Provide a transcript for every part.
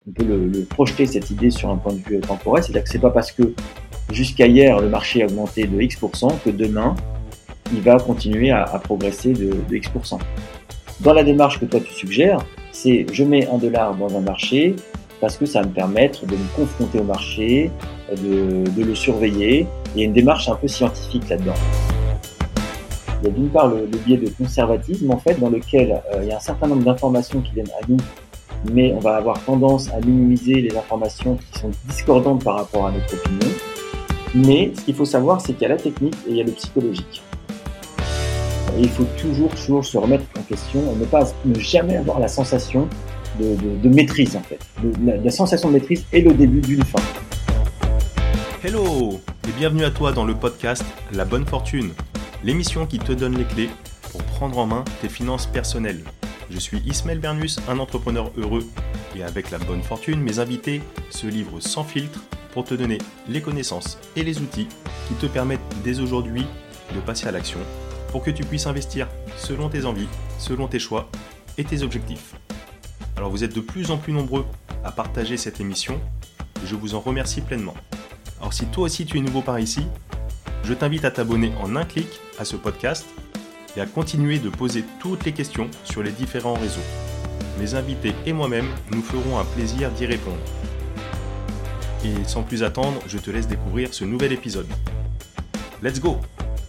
on peut le projeter cette idée sur un point de vue temporel, c'est-à-dire que c'est pas parce que jusqu'à hier le marché a augmenté de X% que demain il va continuer à progresser de X%. Dans la démarche que toi tu suggères, c'est je mets $1 dans un marché parce que ça va me permettre de me confronter au marché, de le surveiller. Il y a une démarche un peu scientifique là-dedans. Il y a d'une part le biais de conservatisme en fait, dans lequel il y a un certain nombre d'informations qui viennent à nous, mais on va avoir tendance à minimiser les informations qui sont discordantes par rapport à notre opinion. Mais ce qu'il faut savoir, c'est qu'il y a la technique et il y a le psychologique. Et il faut toujours se remettre en question, ne jamais avoir la sensation de maîtrise en fait. La sensation de maîtrise est le début d'une fin. Hello et bienvenue à toi dans le podcast La Bonne Fortune, l'émission qui te donne les clés pour prendre en main tes finances personnelles. Je suis Ismaël Bernus, un entrepreneur heureux, et avec La Bonne Fortune, mes invités se livrent sans filtre pour te donner les connaissances et les outils qui te permettent dès aujourd'hui de passer à l'action pour que tu puisses investir selon tes envies, selon tes choix et tes objectifs. Alors vous êtes de plus en plus nombreux à partager cette émission et je vous en remercie pleinement. Alors si toi aussi tu es nouveau par ici, je t'invite à t'abonner en un clic à ce podcast et à continuer de poser toutes les questions sur les différents réseaux. Mes invités et moi-même nous ferons un plaisir d'y répondre. Et sans plus attendre, je te laisse découvrir ce nouvel épisode. Let's go!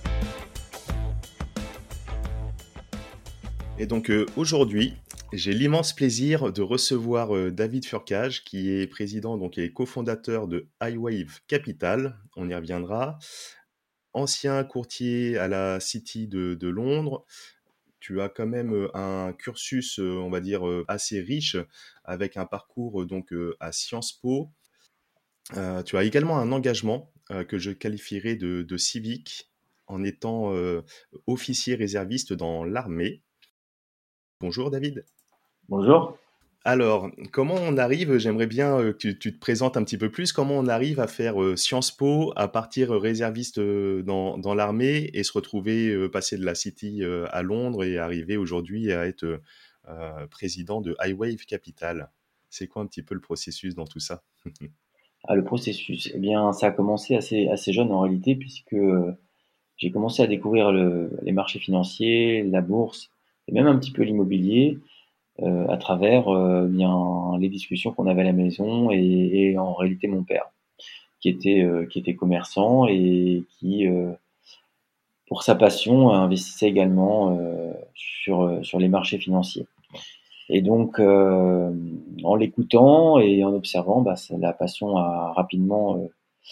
Et donc aujourd'hui, j'ai l'immense plaisir de recevoir David Furcage, qui est président donc, et cofondateur de iWave Capital. On y reviendra. Ancien courtier à la City de Londres. Tu as quand même un cursus, on va dire, assez riche, avec un parcours donc à Sciences Po. Tu as également un engagement que je qualifierais de civique, en étant officier réserviste dans l'armée. Bonjour David. Bonjour. Alors, comment on arrive, j'aimerais bien que tu te présentes un petit peu plus, comment on arrive à faire Sciences Po, à partir réserviste dans l'armée et se retrouver passer de la City à Londres et arriver aujourd'hui à être président de iWave Capital. C'est quoi un petit peu le processus dans tout ça? Le processus, eh bien, ça a commencé assez jeune en réalité, puisque j'ai commencé à découvrir les marchés financiers, la bourse et même un petit peu l'immobilier à travers bien les discussions qu'on avait à la maison et en réalité mon père qui était commerçant et qui pour sa passion investissait également sur les marchés financiers. Et donc en l'écoutant et en observant, la passion a rapidement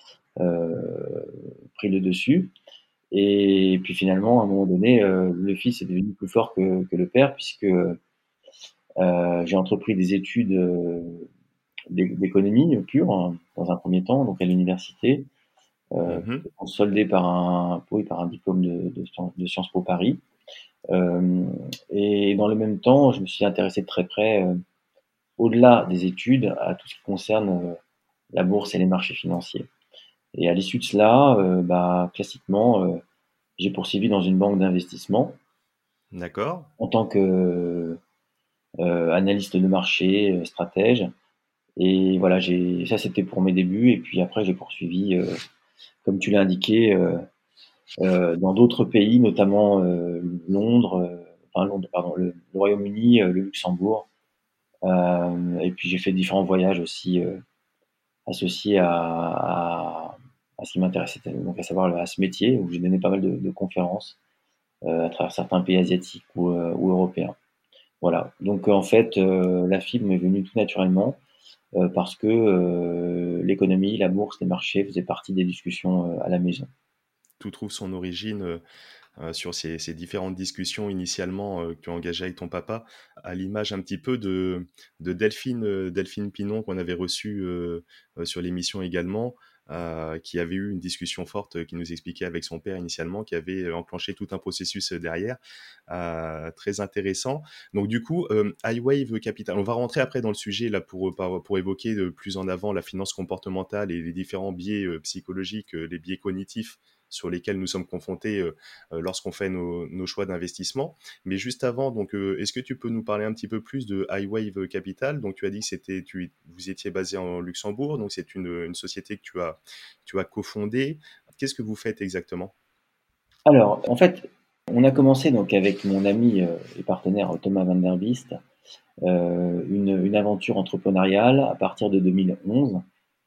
pris le dessus. Et puis finalement, à un moment donné, le fils est devenu plus fort que le père, puisque j'ai entrepris des études d'économie pure, hein, dans un premier temps, donc à l'université, Mhm. soldé par un diplôme de Sciences Po Paris. Et dans le même temps, je me suis intéressé de très près, au-delà des études, à tout ce qui concerne la bourse et les marchés financiers. Et à l'issue de cela, classiquement, j'ai poursuivi dans une banque d'investissement D'accord. en tant que analyste de marché, stratège. Et voilà, ça c'était pour mes débuts. Et puis après, j'ai poursuivi, comme tu l'as indiqué, dans d'autres pays, notamment Londres, pardon, le Royaume-Uni, le Luxembourg. Et puis j'ai fait différents voyages aussi associés à ce qui m'intéressait, donc à savoir à ce métier, où j'ai donné pas mal de conférences à travers certains pays asiatiques ou européens. Voilà. Donc en fait, la fibre m'est venue tout naturellement parce que l'économie, la bourse, les marchés faisaient partie des discussions à la maison. Tout trouve son origine sur ces différentes discussions initialement que tu as engagées avec ton papa, à l'image un petit peu de Delphine Pinon qu'on avait reçue sur l'émission également, qui avait eu une discussion forte, qui nous expliquait avec son père initialement, qui avait enclenché tout un processus derrière, très intéressant. Donc du coup, iWave Capital, on va rentrer après dans le sujet là pour évoquer de plus en avant la finance comportementale et les différents biais psychologiques, les biais cognitifs sur lesquels nous sommes confrontés lorsqu'on fait nos choix d'investissement. Mais juste avant, donc, est-ce que tu peux nous parler un petit peu plus de iWave Capital? Donc, tu as dit que vous étiez basé en Luxembourg, donc c'est une société que tu as cofondée. Qu'est-ce que vous faites exactement? Alors, en fait, on a commencé donc avec mon ami et partenaire Thomas Van Der Biest une aventure entrepreneuriale à partir de 2011.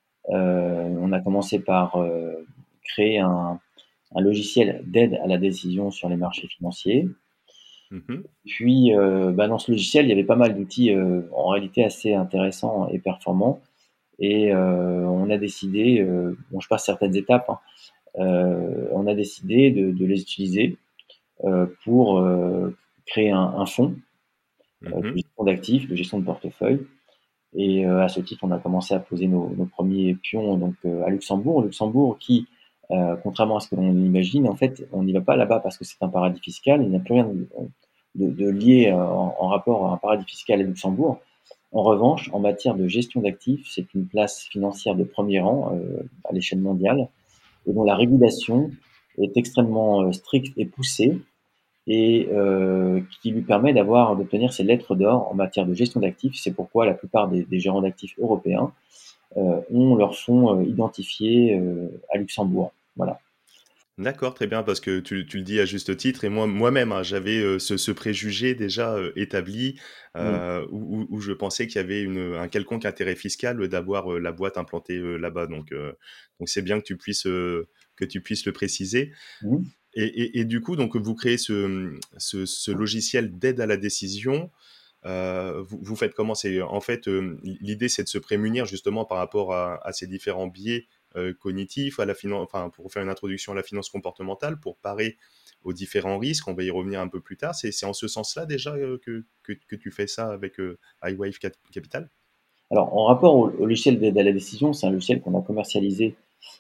On a commencé par créer un logiciel d'aide à la décision sur les marchés financiers. Mhm. Puis, dans ce logiciel, il y avait pas mal d'outils en réalité assez intéressants et performants. Et on a décidé, bon, je passe certaines étapes, hein, on a décidé de les utiliser pour créer un fonds de Mhm. gestion d'actifs, de gestion de portefeuille. Et à ce titre, on a commencé à poser nos premiers pions donc à Luxembourg. Luxembourg qui, contrairement à ce que l'on imagine, en fait, on n'y va pas là-bas parce que c'est un paradis fiscal. Il n'y a plus rien de lié en rapport à un paradis fiscal à Luxembourg. En revanche, en matière de gestion d'actifs, c'est une place financière de premier rang à l'échelle mondiale et dont la régulation est extrêmement stricte et poussée et qui lui permet d'obtenir ses lettres d'or en matière de gestion d'actifs. C'est pourquoi la plupart des gérants d'actifs européens ont leurs fonds identifiés à Luxembourg. Voilà. D'accord, très bien, parce que tu le dis à juste titre, et moi-même, hein, j'avais ce préjugé déjà établi, Mm. où je pensais qu'il y avait un quelconque intérêt fiscal d'avoir la boîte implantée là-bas. Donc c'est bien que tu puisses le préciser. Mm. Et du coup, donc vous créez ce logiciel d'aide à la décision. Vous faites comment? C'est en fait l'idée, c'est de se prémunir justement par rapport à ces différents biais cognitifs, à la finance, enfin pour faire une introduction à la finance comportementale, pour parer aux différents risques. On va y revenir un peu plus tard. C'est en ce sens-là déjà que tu fais ça avec iWave Capital? Alors, en rapport au logiciel d'aide à la décision, c'est un logiciel qu'on a commercialisé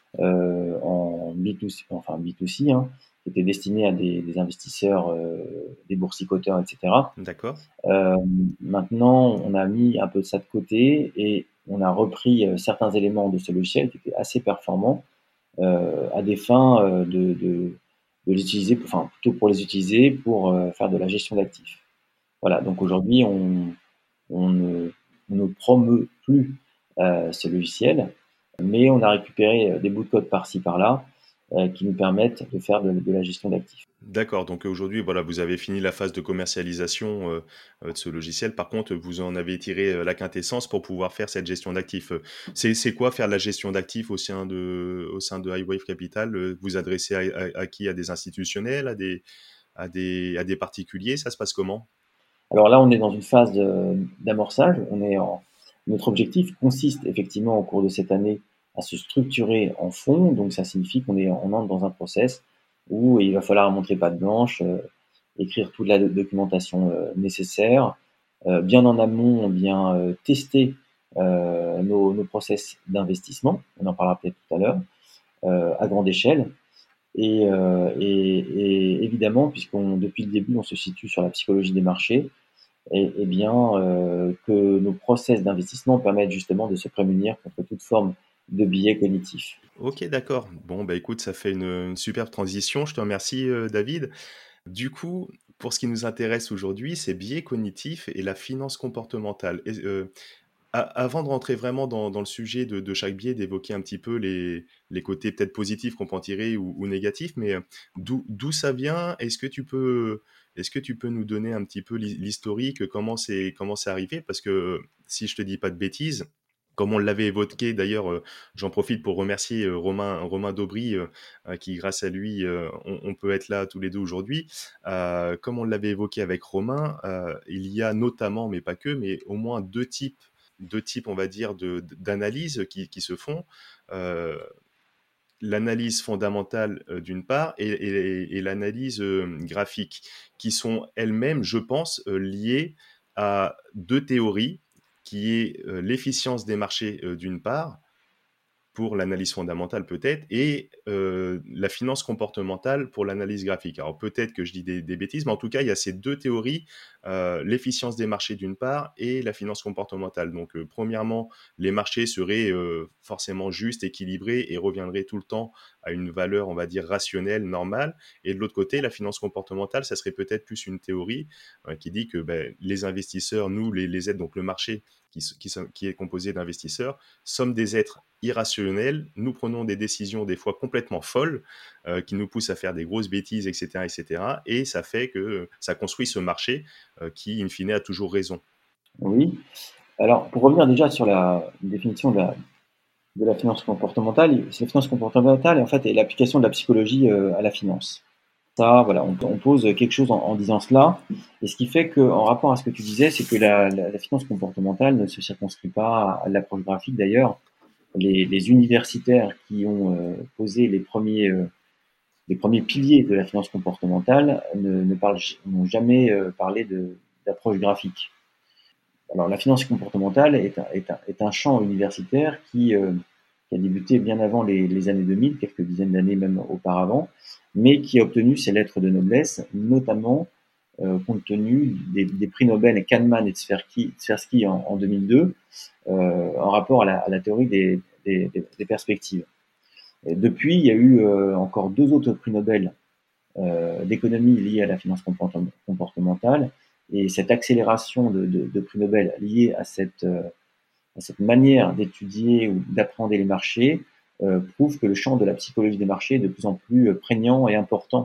en B2C, enfin B2C, hein, qui était destiné à des investisseurs, des boursicoteurs, etc. D'accord. Euh, Maintenant, on a mis un peu de ça de côté et on a repris certains éléments de ce logiciel qui étaient assez performants à des fins de les utiliser, enfin plutôt pour les utiliser pour faire de la gestion d'actifs. Voilà, donc aujourd'hui, on ne promeut plus ce logiciel, mais on a récupéré des bouts de code par-ci par-là qui nous permettent de faire de la gestion d'actifs. D'accord, donc aujourd'hui, voilà, vous avez fini la phase de commercialisation de ce logiciel. Par contre, vous en avez tiré la quintessence pour pouvoir faire cette gestion d'actifs. C'est quoi faire la gestion d'actifs au sein de iWave Capital? Vous adressez à qui? À des institutionnels, à des particuliers? Ça se passe comment? Alors là, on est dans une phase d'amorçage. Notre objectif consiste effectivement au cours de cette année à se structurer en fonds. Donc ça signifie on entre dans un process où il va falloir montrer patte blanche, écrire toute la documentation nécessaire, bien en amont, bien tester nos process d'investissement. On en parlera peut-être tout à l'heure, à grande échelle. Et évidemment, depuis le début, on se situe sur la psychologie des marchés, et bien que nos process d'investissement permettent justement de se prémunir contre toute forme de biais cognitifs. Ok, d'accord. Bon, bah écoute, ça fait une superbe transition. Je te remercie, David. Du coup, pour ce qui nous intéresse aujourd'hui, c'est biais cognitifs et la finance comportementale. Avant de rentrer vraiment dans le sujet de chaque biais, d'évoquer un petit peu les côtés peut-être positifs qu'on peut en tirer ou négatifs, mais d'où ça vient? Est-ce que tu peux nous donner un petit peu l'historique, comment c'est arrivé? Parce que si je te dis pas de bêtises, comme on l'avait évoqué d'ailleurs, j'en profite pour remercier Romain Daubry, qui grâce à lui, on peut être là tous les deux aujourd'hui. Comme on l'avait évoqué avec Romain, il y a notamment, mais pas que, mais au moins deux types, on va dire, d'analyses qui se font. Euh, L'analyse fondamentale d'une part et l'analyse graphique, qui sont elles-mêmes, je pense, liées à deux théories, qui est l'efficience des marchés d'une part pour l'analyse fondamentale peut-être, et la finance comportementale pour l'analyse graphique. Alors peut-être que je dis des bêtises, mais en tout cas, il y a ces deux théories, l'efficience des marchés d'une part et la finance comportementale. Donc premièrement, les marchés seraient forcément justes, équilibrés et reviendraient tout le temps à une valeur, on va dire, rationnelle, normale. Et de l'autre côté, la finance comportementale, ça serait peut-être plus une théorie qui dit que les investisseurs, nous, les aides, donc le marché qui est composé d'investisseurs, sommes des êtres irrationnels, nous prenons des décisions des fois complètement folles, qui nous poussent à faire des grosses bêtises, etc., etc., et ça fait que ça construit ce marché qui, in fine, a toujours raison. Oui. Alors, pour revenir déjà sur la définition de la finance comportementale, la finance comportementale, en fait, est l'application de la psychologie à la finance. Ça, voilà, on pose quelque chose en disant cela. Et ce qui fait qu'en rapport à ce que tu disais, c'est que la finance comportementale ne se circonscrit pas à l'approche graphique. D'ailleurs, les universitaires qui ont posé les premiers piliers de la finance comportementale n'ont jamais parlé d'approche graphique. Alors, la finance comportementale est un champ universitaire qui a débuté bien avant les années 2000, quelques dizaines d'années même auparavant, mais qui a obtenu ses lettres de noblesse, notamment compte tenu des prix Nobel Kahneman et Tversky en 2002, en rapport à la théorie des perspectives. Et depuis, il y a eu encore deux autres prix Nobel d'économie liés à la finance comportementale, et cette accélération de prix Nobel liée à cette manière d'étudier ou d'appréhender les marchés prouve que le champ de la psychologie des marchés est de plus en plus prégnant et important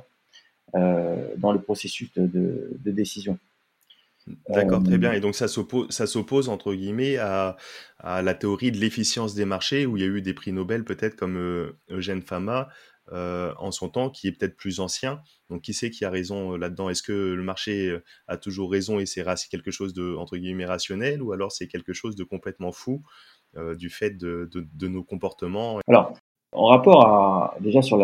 dans le processus de décision. D'accord, très bien. Et donc ça s'oppose entre guillemets à la théorie de l'efficience des marchés, où il y a eu des prix Nobel peut-être comme Eugène Fama en son temps, qui est peut-être plus ancien. Donc qui c'est qui a raison là-dedans? Est-ce que le marché a toujours raison et c'est quelque chose de entre guillemets rationnel, ou alors c'est quelque chose de complètement fou du fait de nos comportements? Alors, en rapport à déjà sur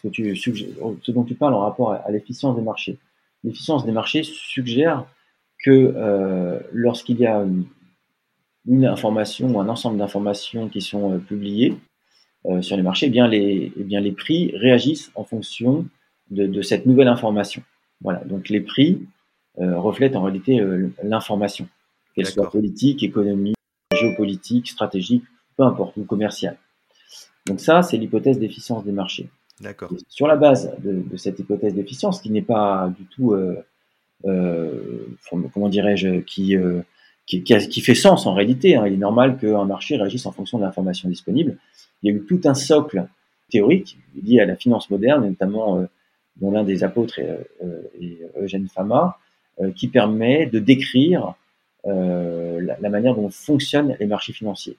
ce dont tu parles en rapport à l'efficience des marchés. L'efficience des marchés suggère que lorsqu'il y a une information ou un ensemble d'informations qui sont publiées sur les marchés, eh bien les prix réagissent en fonction de cette nouvelle information. Voilà, donc les prix reflètent en réalité l'information, qu'elle soit D'accord, politique, économique, géopolitique, stratégique, peu importe, ou commerciale. Donc ça, c'est l'hypothèse d'efficience des marchés. Et d'accord. sur la base de cette hypothèse d'efficience, qui n'est pas du tout, comment dirais-je, qui fait sens en réalité, hein. Il est normal qu'un marché réagisse en fonction de l'information disponible. Il y a eu tout un socle théorique lié à la finance moderne, notamment dont l'un des apôtres est Eugène Fama, qui permet de décrire la manière dont fonctionnent les marchés financiers.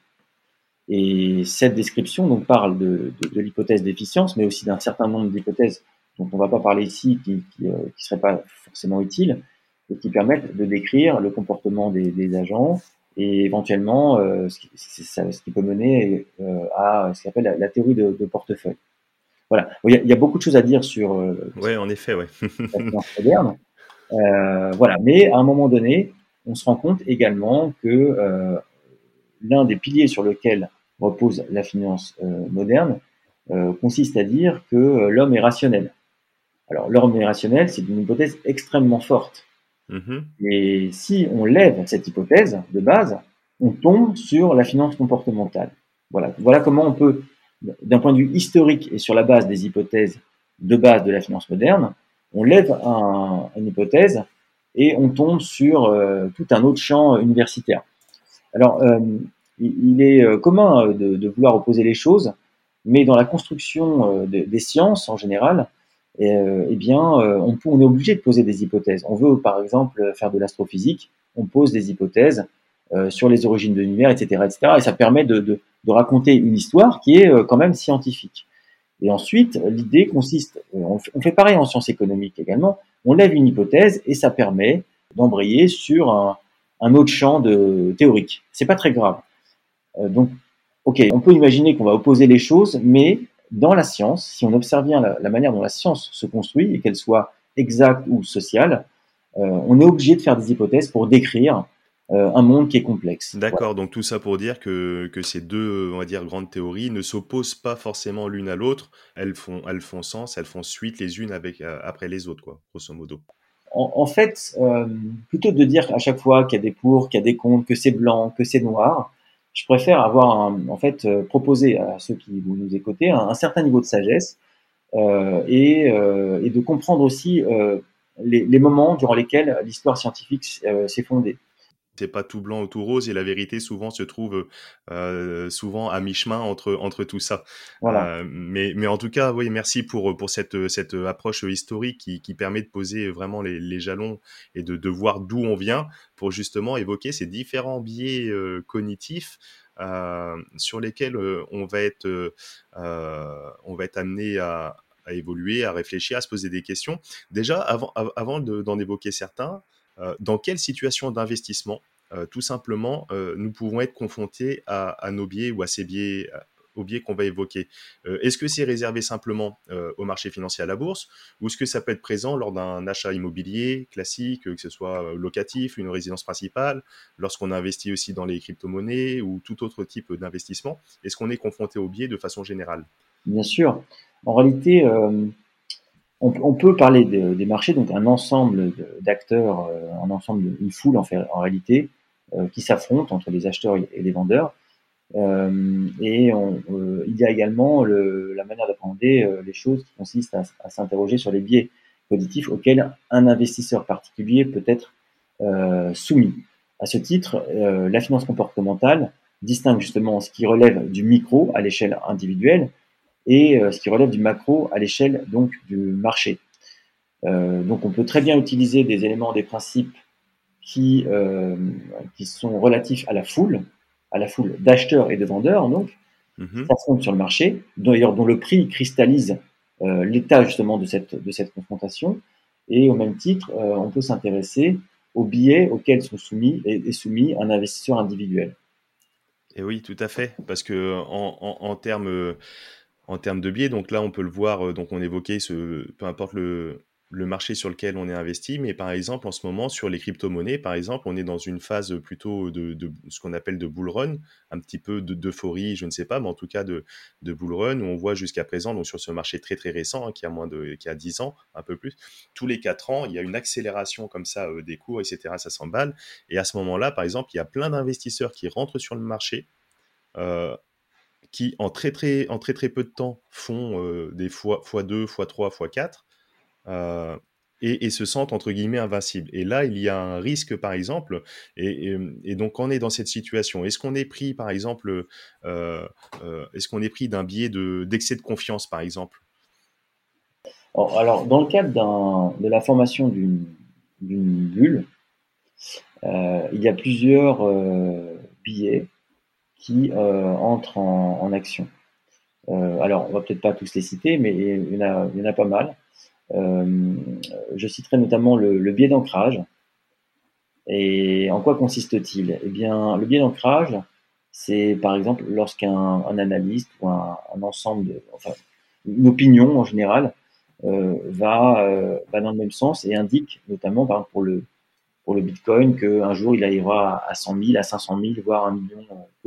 Et cette description donc, parle de l'hypothèse d'efficience, mais aussi d'un certain nombre d'hypothèses dont on ne va pas parler ici, qui seraient pas forcément utiles, et qui permettent de décrire le comportement des agents et éventuellement ce qui peut mener à ce qu'on appelle la théorie de portefeuille. Voilà. Il y a beaucoup de choses à dire sur Ouais, en effet, ouais. la finance moderne. Voilà. Mais à un moment donné, on se rend compte également que l'un des piliers sur lequel repose la finance moderne consiste à dire que l'homme est rationnel. Alors, l'homme est rationnel, c'est une hypothèse extrêmement forte. Mhm. Et si on lève cette hypothèse de base, on tombe sur la finance comportementale. Voilà comment on peut, d'un point de vue historique et sur la base des hypothèses de base de la finance moderne, on lève une hypothèse et on tombe sur tout un autre champ universitaire. Alors, il est commun de vouloir opposer les choses, mais dans la construction des sciences en général, eh bien, on est obligé de poser des hypothèses. On veut, par exemple, faire de l'astrophysique, on pose des hypothèses sur les origines de l'univers, etc., etc., et ça permet de raconter une histoire qui est quand même scientifique. Et ensuite, l'idée consiste, on fait pareil en sciences économiques également, on lève une hypothèse et ça permet d'embrayer sur un autre champ théorique. C'est pas très grave. Donc, ok, on peut imaginer qu'on va opposer les choses, mais dans la science, si on observe bien la manière dont la science se construit, et qu'elle soit exacte ou sociale, on est obligé de faire des hypothèses pour décrire un monde qui est complexe. Voilà. D'accord, donc tout ça pour dire que ces deux, on va dire, grandes théories ne s'opposent pas forcément l'une à l'autre. Elles font sens, elles font suite les unes après les autres, quoi, grosso modo. En fait, plutôt que de dire à chaque fois qu'il y a des pour, qu'il y a des contre, que c'est blanc, que c'est noir, je préfère proposer à ceux qui vous nous écoutez un certain niveau de sagesse et de comprendre aussi les moments durant lesquels l'histoire scientifique s'est fondée. C'est pas tout blanc ou tout rose et la vérité souvent se trouve souvent à mi-chemin entre tout ça. Voilà. Mais en tout cas, oui, merci pour cette approche historique qui permet de poser vraiment les jalons et de voir d'où on vient pour justement évoquer ces différents biais cognitifs sur lesquels on va être amené à évoluer, à réfléchir, à se poser des questions. Déjà, avant d'en évoquer certains, dans quelle situation d'investissement, tout simplement, nous pouvons être confrontés à nos biais ou à ces biais, aux biais qu'on va évoquer. Est-ce que c'est réservé simplement au marché financier à la bourse ou est-ce que ça peut être présent lors d'un achat immobilier classique, que ce soit locatif, une résidence principale, lorsqu'on investit aussi dans les crypto-monnaies ou tout autre type d'investissement? Est-ce qu'on est confronté aux biais de façon générale? Bien sûr. En réalité, on peut parler des marchés, donc un ensemble d'acteurs, une foule en réalité, qui s'affrontent entre les acheteurs et les vendeurs. Il y a également la manière d'appréhender les choses qui consiste à s'interroger sur les biais cognitifs auxquels un investisseur particulier peut être soumis. À ce titre, la finance comportementale distingue justement ce qui relève du micro à l'échelle individuelle et ce qui relève du macro à l'échelle donc du marché. Donc on peut très bien utiliser des éléments, des principes qui, euh, qui sont relatifs à la foule d'acheteurs et de vendeurs, donc, qui Mhm. s'affrontent sur le marché, d'ailleurs dont le prix cristallise l'état justement de cette confrontation. Et au même titre, on peut s'intéresser aux biais auxquels sont est soumis un investisseur individuel. Et oui, tout à fait, parce que en termes de biais, donc là, on peut le voir, donc on évoquait peu importe le marché sur lequel on est investi, mais par exemple, en ce moment, sur les crypto-monnaies, par exemple, on est dans une phase plutôt de ce qu'on appelle de bull run, un petit peu d'euphorie, je ne sais pas, mais en tout cas de bull run, où on voit jusqu'à présent, donc sur ce marché très très récent, hein, qui a 10 ans, un peu plus, tous les 4 ans, il y a une accélération comme ça des cours, etc., ça s'emballe. Et à ce moment-là, par exemple, il y a plein d'investisseurs qui rentrent sur le marché, euh, qui en très très peu de temps font des fois 2, fois 3, fois 4 euh, et se sentent entre guillemets invincibles. Et là, il y a un risque par exemple, et donc quand on est dans cette situation, est-ce qu'on est pris par exemple, est-ce qu'on est pris d'un biais d'excès de confiance par exemple? Alors, dans le cadre de la formation d'une bulle, il y a plusieurs billets qui entrent en action. Alors, on va peut-être pas tous les citer, mais il y en a pas mal. Euh, je citerai notamment le biais d'ancrage. Et en quoi consiste-t-il? Eh bien, le biais d'ancrage, c'est par exemple lorsqu'un analyste ou un ensemble enfin, une opinion en général va dans le même sens et indique, notamment par exemple, pour le Bitcoin, qu'un jour il arrivera à 100 000, à 500 000, voire 1 million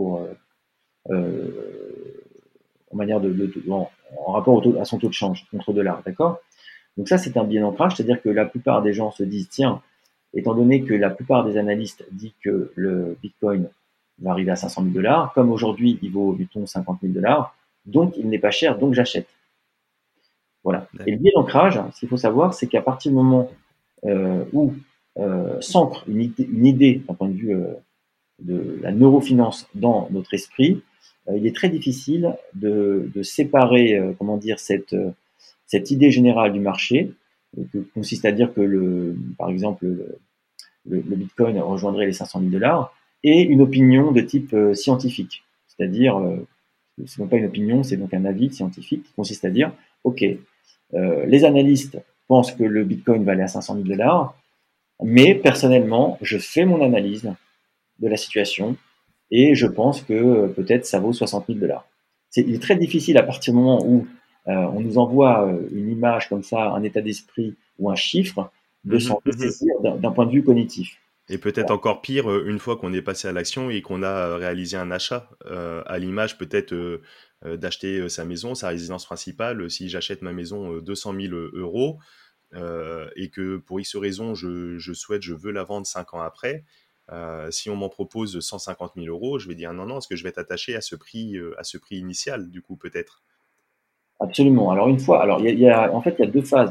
en manière en rapport à son taux de change contre dollar, d'accord? Donc ça, c'est un biais d'ancrage, c'est-à-dire que la plupart des gens se disent, tiens, étant donné que la plupart des analystes disent que le Bitcoin va arriver à 500 000 dollars, comme aujourd'hui il vaut, mettons, 50 000 dollars, donc il n'est pas cher, donc j'achète. Voilà. Et le biais d'ancrage, ce qu'il faut savoir, c'est qu'à partir du moment où s'ancre une idée d'un point de vue de la neurofinance dans notre esprit, il est très difficile de séparer, comment dire, cette idée générale du marché, qui consiste à dire que par exemple, le Bitcoin rejoindrait les 500 000 dollars, et une opinion de type scientifique. C'est-à-dire, ce n'est pas une opinion, c'est donc un avis scientifique qui consiste à dire, OK, les analystes pensent que le Bitcoin va aller à 500 000 dollars, mais personnellement, je fais mon analyse de la situation et je pense que peut-être ça vaut 60 000 dollars. Il est très difficile à partir du moment où on nous envoie une image comme ça, un état d'esprit ou un chiffre, de Mhm, s'en mhm. dessaisir d'un point de vue cognitif. Et peut-être encore pire, une fois qu'on est passé à l'action et qu'on a réalisé un achat, à l'image peut-être d'acheter sa maison, sa résidence principale. Si j'achète ma maison 200 000 euros et que pour X raison, je veux la vendre 5 ans après, si on m'en propose 150 000 euros, je vais dire non, non, est-ce que je vais être attaché à ce prix initial, du coup, peut-être. Absolument. Alors une fois, alors en fait, il y a deux phases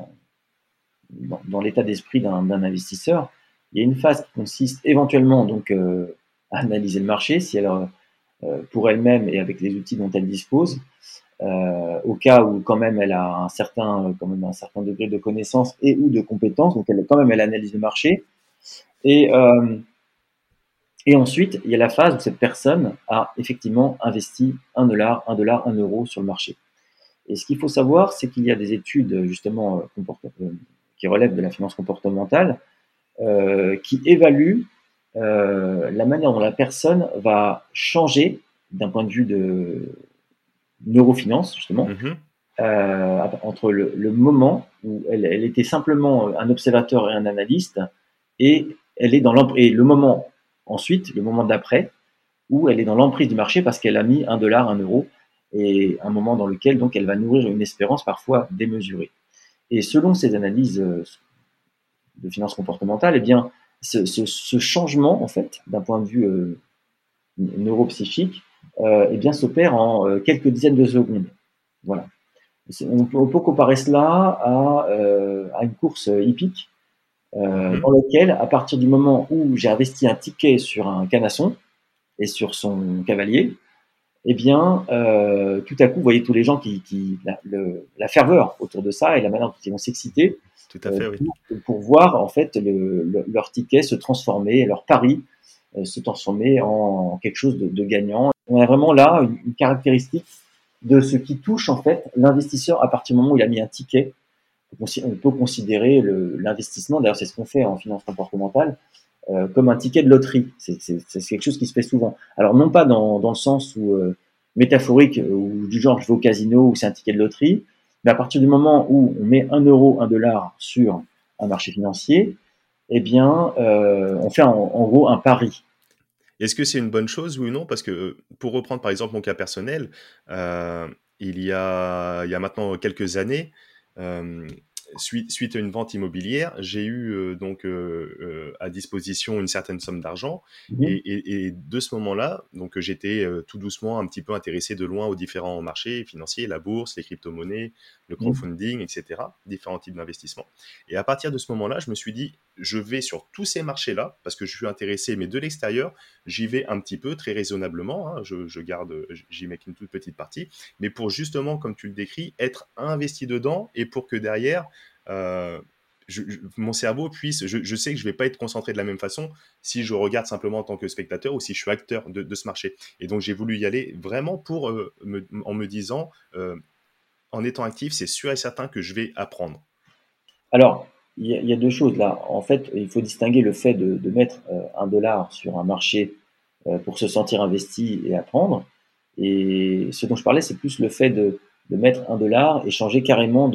dans l'état d'esprit d'un investisseur. Il y a une phase qui consiste éventuellement donc à analyser le marché si elle pour elle-même et avec les outils dont elle dispose, au cas où quand même elle a quand même un certain degré de connaissance et ou de compétence, donc elle analyse le marché. Et, euh, et ensuite, il y a la phase où cette personne a effectivement investi un dollar, un euro sur le marché. Et ce qu'il faut savoir, c'est qu'il y a des études justement qui relèvent de la finance comportementale qui évaluent la manière dont la personne va changer d'un point de vue de neurofinance, justement, Mhm. entre le moment où elle était simplement un observateur et un analyste, et elle est et le moment ensuite, le moment d'après, où elle est dans l'emprise du marché parce qu'elle a mis un dollar, un euro, et un moment dans lequel donc elle va nourrir une espérance parfois démesurée. Et selon ces analyses de finance comportementale, eh bien, ce changement, en fait, d'un point de vue neuropsychique, eh bien, s'opère en quelques dizaines de secondes. Voilà. On peut comparer cela à une course hippique Mhm. dans laquelle, à partir du moment où j'ai investi un ticket sur un canasson et sur son cavalier, eh bien, tout à coup, vous voyez tous les gens la ferveur autour de ça et la manière dont ils vont s'exciter Tout à fait, oui. pour voir en fait leur ticket se transformer, leur pari se transformer en quelque chose de gagnant. On a vraiment là une caractéristique de ce qui touche en fait l'investisseur à partir du moment où il a mis un ticket. On peut considérer l'investissement, d'ailleurs c'est ce qu'on fait en finance comportementale, comme un ticket de loterie. C'est quelque chose qui se fait souvent. Alors non pas dans le sens où métaphorique ou du genre je vais au casino ou c'est un ticket de loterie, mais à partir du moment où on met un euro, un dollar sur un marché financier, eh bien on fait en gros un pari. Est-ce que c'est une bonne chose, oui ou non? Parce que, pour reprendre par exemple mon cas personnel, heu, il y a maintenant quelques années, hem, suite à une vente immobilière, j'ai eu, à disposition une certaine somme d'argent Mhm. et de ce moment-là, donc j'étais, tout doucement un petit peu intéressé de loin aux différents marchés financiers, la bourse, les crypto-monnaies, le Mhm. crowdfunding et cetera, différents types d'investissements et à partir de ce moment-là, je me suis dit: «Je vais sur tous ces marchés-là» parce que je suis intéressé, mais de l'extérieur. J'y vais un petit peu, très raisonnablement, hein, j'y mets qu'une toute petite partie, mais pour justement, comme tu le décris, être investi dedans et pour que derrière, euh, mon cerveau puisse, je sais que je vais pas être concentré de la même façon si je regarde simplement en tant que spectateur ou si je suis acteur de ce marché. Et donc j'ai voulu y aller vraiment en me disant, en étant actif, c'est sûr et certain que je vais apprendre. Alors, il y a deux choses là. En fait, il faut distinguer le fait de mettre un dollar sur un marché pour se sentir investi et apprendre. Et ce dont je parlais, c'est plus le fait de mettre un dollar et changer carrément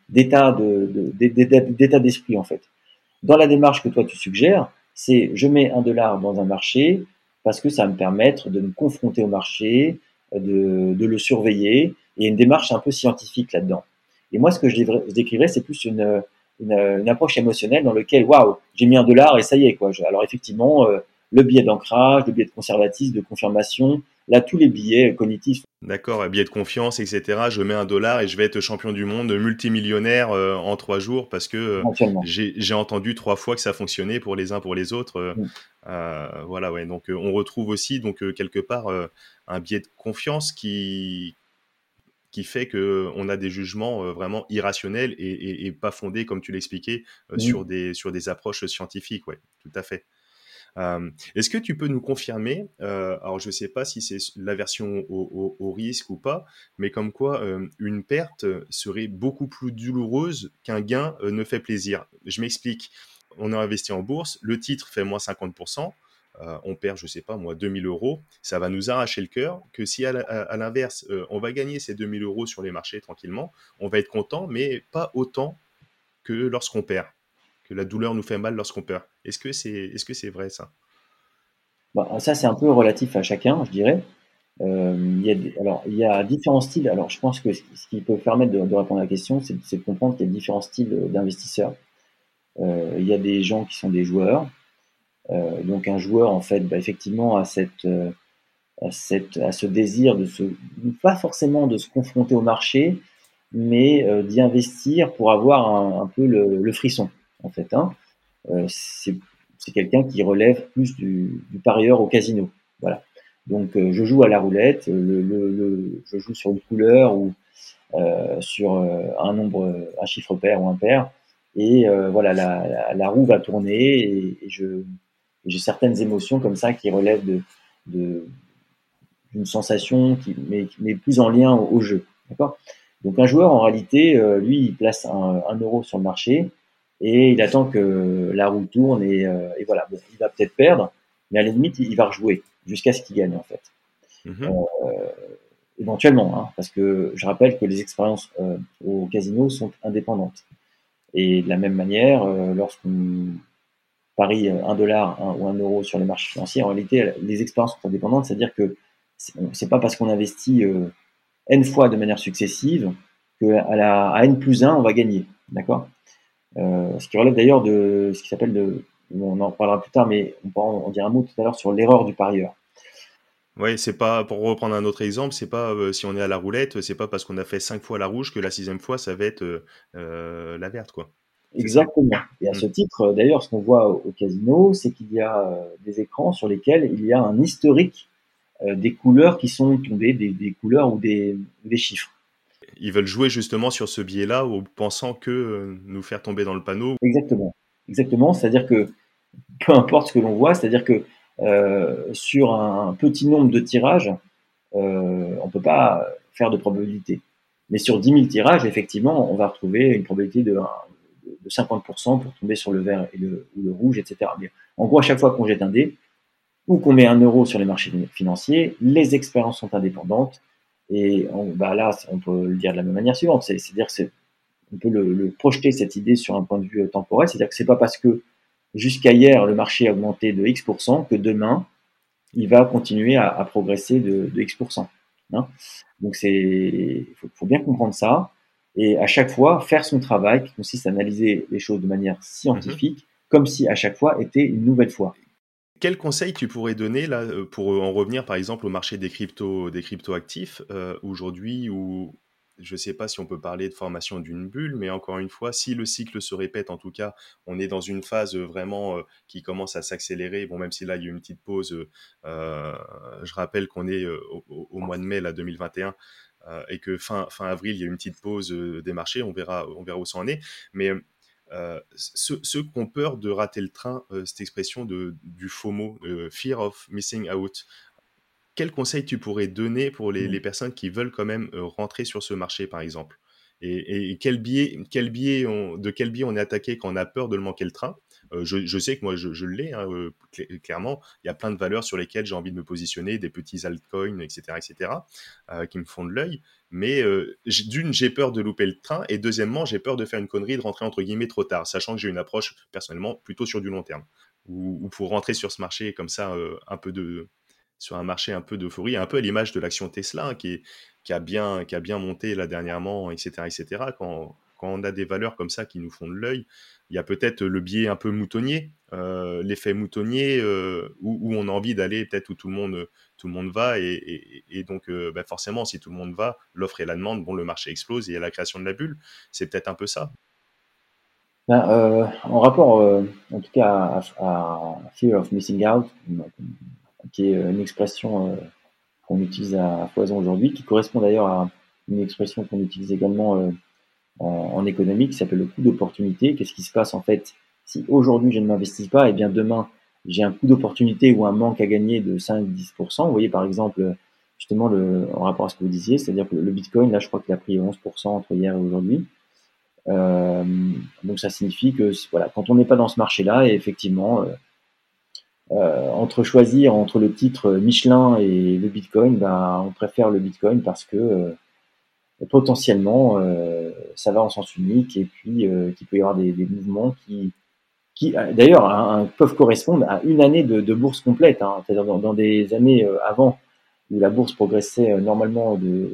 d'état d'esprit en fait. Dans la démarche que toi tu suggères, c'est je mets un dollar dans un marché parce que ça va me permettre de me confronter au marché, de le surveiller. Et il y a une démarche un peu scientifique là-dedans. Et moi, ce que je décrirais, c'est plus une approche émotionnelle dans laquelle, waouh, j'ai mis un dollar et ça y est, quoi. Alors effectivement, le biais d'ancrage, le biais de conservatisme, de confirmation, là, tous les biais cognitifs. D'accord, biais de confiance, etc. Je mets un dollar et je vais être champion du monde, multimillionnaire en 3 jours parce que Éventuellement. j'ai entendu 3 fois que ça fonctionnait pour les uns pour les autres. Voilà, ouais. Donc on retrouve aussi donc quelque part un biais de confiance qui fait que on a des jugements vraiment irrationnels et pas fondés, comme tu l'expliquais, Mm. sur des approches scientifiques. Ouais, tout à fait. Est-ce que tu peux nous confirmer, alors je ne sais pas si c'est la version au risque ou pas, mais comme quoi une perte serait beaucoup plus douloureuse qu'un gain ne fait plaisir. Je m'explique. On a investi en bourse, le titre fait moins 50%, on perd, je ne sais pas moi, 2000 euros, ça va nous arracher le cœur, que si à l'inverse, on va gagner ces 2000 euros sur les marchés tranquillement, on va être content, mais pas autant que lorsqu'on perd. que la douleur nous fait mal lorsqu'on perd. Est-ce que c'est vrai ça? Ça, c'est un peu relatif à chacun, je dirais. Alors, il y a différents styles. Alors, je pense que ce qui peut permettre de répondre à la question, c'est de comprendre qu'il y a différents styles d'investisseurs. Il y a des gens qui sont des joueurs. Donc, un joueur, en fait, effectivement, a ce désir pas forcément de se confronter au marché, mais d'y investir pour avoir un peu le frisson, en fait. Hein. C'est quelqu'un qui relève plus du parieur au casino. Voilà. Donc, je joue à la roulette, je joue sur une couleur ou sur un chiffre pair ou impair, et voilà, la roue va tourner et j'ai certaines émotions comme ça qui relèvent de d'une sensation qui met plus en lien au jeu. D'accord. Donc un joueur, en réalité, lui, il place un euro sur le marché et il attend que la roue tourne et voilà. Bon, il va peut-être perdre, mais à la limite, il va rejouer jusqu'à ce qu'il gagne, en fait. Mhm. Euh, Éventuellement, hein, parce que je rappelle que les expériences au casino sont indépendantes. Et de la même manière, lorsqu'on parie $1 ou $1 sur les marchés financiers, en réalité, les expériences sont indépendantes, c'est-à-dire que c'est pas parce qu'on investit N fois de manière successive à N plus 1, on va gagner. D'accord. Ce qui relève d'ailleurs de ce qui s'appelle on en reparlera plus tard, mais on dira un mot tout à l'heure sur l'erreur du parieur. Ouais, c'est pas, pour reprendre un autre exemple, c'est pas si on est à la roulette, c'est pas parce qu'on a fait 5 fois la rouge que la sixième fois ça va être la verte, quoi. C'est ça? Exactement. Et à Mm. ce titre, d'ailleurs, ce qu'on voit au casino, c'est qu'il y a des écrans sur lesquels il y a un historique des couleurs qui sont tombées, des couleurs ou des chiffres. Ils veulent jouer justement sur ce biais-là, ou pensant que nous faire tomber dans le panneau. Exactement. Exactement. C'est-à-dire que peu importe ce que l'on voit, c'est-à-dire que sur un petit nombre de tirages, on ne peut pas faire de probabilité. Mais sur 10 000 tirages, effectivement, on va retrouver une probabilité de 50% pour tomber sur le vert ou le rouge, etc. Mais en gros, à chaque fois qu'on jette un dé, ou qu'on met un euro sur les marchés financiers, les expériences sont indépendantes. Et là, on peut le dire de la même manière suivante, c'est-à-dire on peut le projeter cette idée sur un point de vue temporel, c'est-à-dire que c'est pas parce que jusqu'à hier le marché a augmenté de X% que demain il va continuer à progresser de X%. Hein. Donc faut bien comprendre ça et à chaque fois faire son travail qui consiste à analyser les choses de manière Mhm. scientifique, comme si à chaque fois était une nouvelle fois. Quel conseil tu pourrais donner là pour en revenir par exemple au marché des crypto-actifs aujourd'hui, où je ne sais pas si on peut parler de formation d'une bulle, mais encore une fois, si le cycle se répète, en tout cas, on est dans une phase vraiment qui commence à s'accélérer. Bon, même si là il y a eu une petite pause, je rappelle qu'on est au mois de mai là 2021. Et que fin avril, il y a eu une petite pause des marchés, on verra où ça en est. Mais ceux qui ont peur de rater le train, cette expression du FOMO, Fear of Missing Out, quel conseil tu pourrais donner pour les personnes qui veulent quand même rentrer sur ce marché, par exemple? Et de quel biais on est attaqué quand on a peur de le manquer le train? Je sais que moi, je l'ai, hein, clairement. Il y a plein de valeurs sur lesquelles j'ai envie de me positionner, des petits altcoins, etc., qui me font de l'œil. Mais d'une, j'ai peur de louper le train. Et deuxièmement, j'ai peur de faire une connerie, de rentrer entre guillemets trop tard, sachant que j'ai une approche, personnellement, plutôt sur du long terme. Ou pour rentrer sur ce marché comme ça, sur un marché un peu d'euphorie, un peu à l'image de l'action Tesla, hein, qui a bien monté là dernièrement, etc., etc. Quand on a des valeurs comme ça qui nous font de l'œil, il y a peut-être le biais un peu moutonnier, l'effet moutonnier, où on a envie d'aller peut-être où tout le monde va, et donc forcément, si tout le monde va, l'offre et la demande, bon, le marché explose et il y a la création de la bulle. C'est peut-être un peu ça. En rapport, en tout cas, à Fear of Missing Out, qui est une expression qu'on utilise à foison aujourd'hui, qui correspond d'ailleurs à une expression qu'on utilise également en économie, qui s'appelle le coût d'opportunité. Qu'est-ce qui se passe en fait si aujourd'hui je ne m'investis pas, et bien demain j'ai un coût d'opportunité ou un manque à gagner de 5-10%. Vous voyez par exemple justement en rapport à ce que vous disiez, c'est-à-dire que le Bitcoin, là je crois qu'il a pris 11% entre hier et aujourd'hui. Euh, donc ça signifie que voilà, quand on n'est pas dans ce marché-là, et effectivement, entre choisir entre le titre Michelin et le Bitcoin, on préfère le Bitcoin parce que potentiellement ça va en sens unique et puis qu'il peut y avoir des mouvements qui qui d'ailleurs peuvent correspondre à une année de bourse complète. Hein. C'est-à-dire dans des années avant où la bourse progressait normalement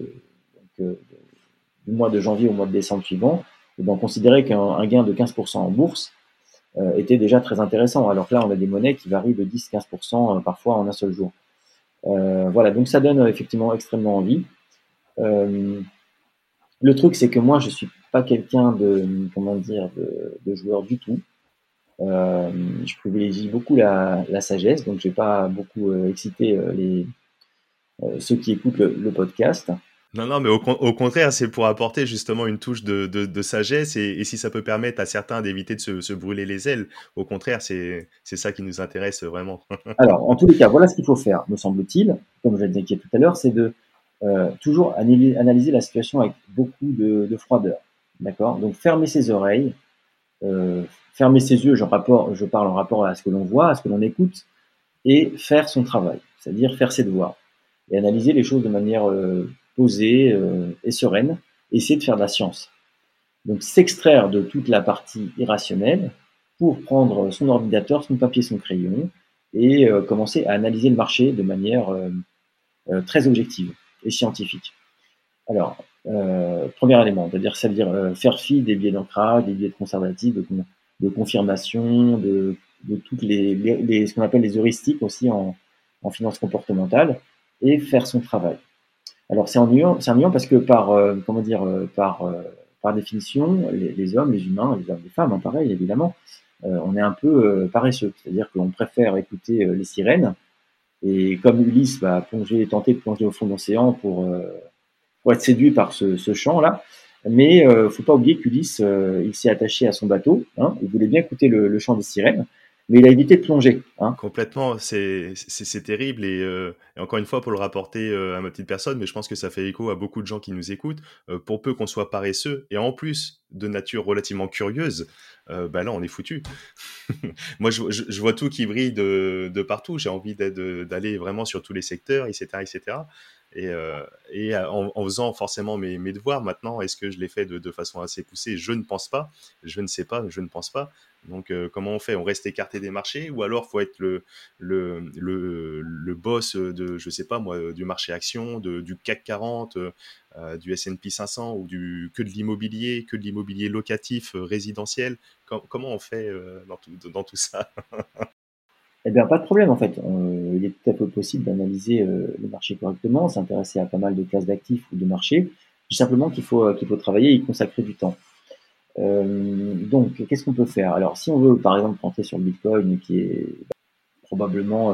du mois de janvier au mois de décembre suivant, et ben, on considérait qu'un gain de 15% en bourse était déjà très intéressant. Alors que là, on a des monnaies qui varient de 10-15% parfois en un seul jour. Voilà, donc ça donne effectivement extrêmement envie. Le truc, c'est que moi, je suis pas quelqu'un de joueur du tout. Je privilégie beaucoup la sagesse, donc je vais pas beaucoup exciter ceux qui écoutent le podcast. Non, non, mais au contraire, c'est pour apporter justement une touche de sagesse et si ça peut permettre à certains d'éviter de se brûler les ailes, au contraire, c'est ça qui nous intéresse vraiment. Alors, en tous les cas, voilà ce qu'il faut faire, me semble-t-il, comme je l'ai dit tout à l'heure, c'est de toujours analyser la situation avec beaucoup de froideur. D'accord? Donc, fermer ses oreilles, fermer ses yeux, je parle en rapport à ce que l'on voit, à ce que l'on écoute, et faire son travail, c'est-à-dire faire ses devoirs, et analyser les choses de manière posée et sereine, et essayer de faire de la science. Donc, s'extraire de toute la partie irrationnelle pour prendre son ordinateur, son papier, son crayon, et commencer à analyser le marché de manière très objective et scientifique. Alors, premier élément, c'est-à-dire faire fi des biais d'ancrage, des biais de conservatisme, de confirmation, de toutes ce qu'on appelle les heuristiques aussi en finance comportementale, et faire son travail. Alors c'est ennuyant parce que par définition, les hommes, les humains, les hommes, les femmes, hein, pareil évidemment, on est un peu paresseux, c'est-à-dire qu'on préfère écouter les sirènes, et comme Ulysse va tenter de plonger au fond de l'océan pour être séduit par ce chant-là. Mais faut pas oublier qu'Ulysse, il s'est attaché à son bateau. Hein, il voulait bien écouter le chant des sirènes, mais il a évité de plonger. Hein. Complètement, c'est terrible et encore une fois pour le rapporter à ma petite personne, mais je pense que ça fait écho à beaucoup de gens qui nous écoutent. Pour peu qu'on soit paresseux et en plus de nature relativement curieuse, bah là on est foutu. Moi je vois tout qui brille de partout. J'ai envie d'aller vraiment sur tous les secteurs, etc., etc. Et en faisant forcément mes devoirs maintenant, est-ce que je l'ai fait de façon assez poussée? Je ne pense pas. Je ne sais pas, je ne pense pas. Donc, comment on fait? On reste écarté des marchés ou alors faut être le boss de, je sais pas moi, du marché action, du CAC 40, du S&P 500 ou que de l'immobilier locatif, résidentiel. Comment on fait dans tout ça? Eh bien, pas de problème en fait. Il est tout à fait possible d'analyser le marché correctement, s'intéresser à pas mal de classes d'actifs ou de marchés. Simplement qu'il faut travailler et y consacrer du temps. Donc, qu'est-ce qu'on peut faire? Alors, si on veut, par exemple, rentrer sur le Bitcoin, qui est probablement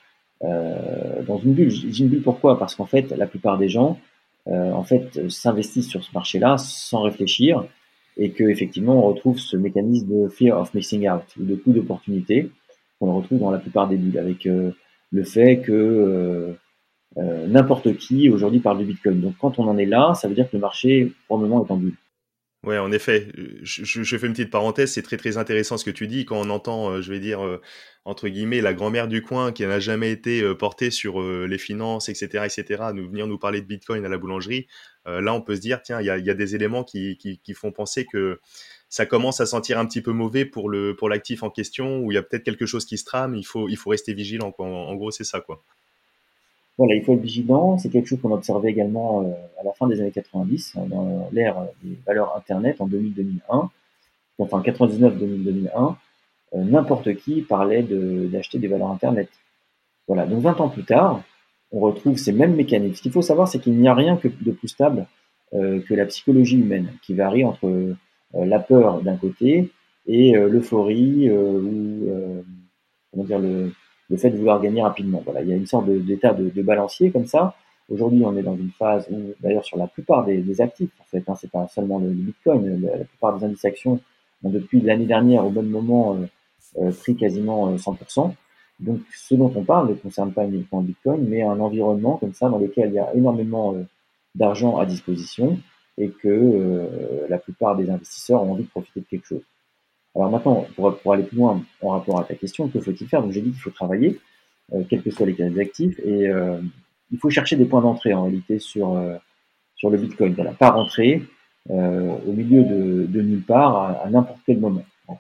dans une bulle. Je dis une bulle pourquoi? Parce qu'en fait, la plupart des gens, s'investissent sur ce marché-là sans réfléchir, et que effectivement, on retrouve ce mécanisme de fear of missing out ou de coût d'opportunité qu'on retrouve dans la plupart des bulles, avec le fait que n'importe qui aujourd'hui parle du Bitcoin. Donc, quand on en est là, ça veut dire que le marché, pour le moment, est en bulle. Ouais, en effet, je fais une petite parenthèse, c'est très très intéressant ce que tu dis quand on entend, je vais dire, entre guillemets, la grand-mère du coin qui n'a jamais été portée sur les finances, etc., venir nous parler de Bitcoin à la boulangerie. Là, on peut se dire, tiens, il y a des éléments qui font penser que ça commence à sentir un petit peu mauvais pour l'actif en question, où il y a peut-être quelque chose qui se trame, il faut rester vigilant, quoi. En gros, c'est ça, quoi. Voilà, il faut être vigilant. C'est quelque chose qu'on observait également à la fin des années 90, dans l'ère des valeurs Internet en 2000-2001, enfin 99-2000-2001. N'importe qui parlait d'acheter des valeurs Internet. Voilà, donc 20 ans plus tard, on retrouve ces mêmes mécanismes. Ce qu'il faut savoir, c'est qu'il n'y a rien de plus stable que la psychologie humaine, qui varie entre la peur d'un côté et l'euphorie ou comment dire, le fait de vouloir gagner rapidement. Voilà, il y a une sorte d'état de balancier comme ça. Aujourd'hui, on est dans une phase où, d'ailleurs, sur la plupart des actifs, en fait, hein, c'est pas seulement le Bitcoin, la plupart des indices actions ont depuis l'année dernière, au même moment, pris quasiment 100%. Donc, ce dont on parle ne concerne pas uniquement le Bitcoin, mais un environnement comme ça dans lequel il y a énormément d'argent à disposition et que la plupart des investisseurs ont envie de profiter de quelque chose. Alors maintenant, pour aller plus loin en rapport à ta question, que faut-il faire? Donc j'ai dit qu'il faut travailler, quels que soient les classes d'actifs, et il faut chercher des points d'entrée en réalité sur le Bitcoin. Voilà, pas rentrer au milieu de nulle part à n'importe quel moment. D'accord?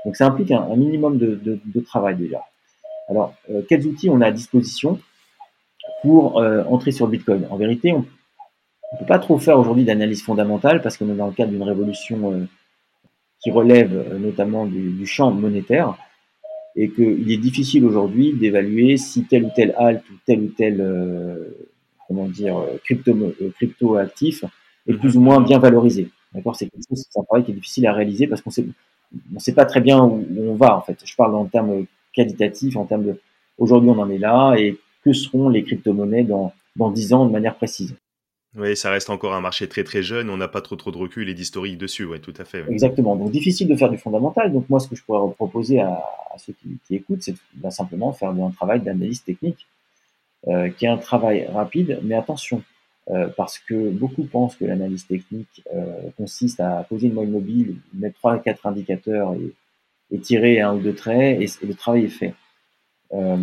Donc ça implique un minimum de travail déjà. Alors, quels outils on a à disposition pour entrer sur le Bitcoin? En vérité, on ne peut pas trop faire aujourd'hui d'analyse fondamentale parce qu'on est dans le cadre d'une révolution qui relève notamment du champ monétaire et qu'il est difficile aujourd'hui d'évaluer si tel ou tel alt ou tel crypto actif est plus ou moins bien valorisé. D'accord, c'est quelque chose, c'est un travail qui est difficile à réaliser parce qu'on sait pas très bien où on va en fait. Je parle en termes qualitatifs, en termes de aujourd'hui on en est là et que seront les crypto-monnaies dans 10 ans de manière précise. Oui, ça reste encore un marché très très jeune, on n'a pas trop de recul et d'historique dessus, ouais, tout à fait. Ouais. Exactement. Donc difficile de faire du fondamental. Donc moi, ce que je pourrais proposer à ceux qui écoutent, c'est simplement faire un travail d'analyse technique, qui est un travail rapide, mais attention, parce que beaucoup pensent que l'analyse technique consiste à poser une moyenne mobile, mettre 3 à 4 indicateurs et tirer un ou deux traits, et le travail est fait. Euh,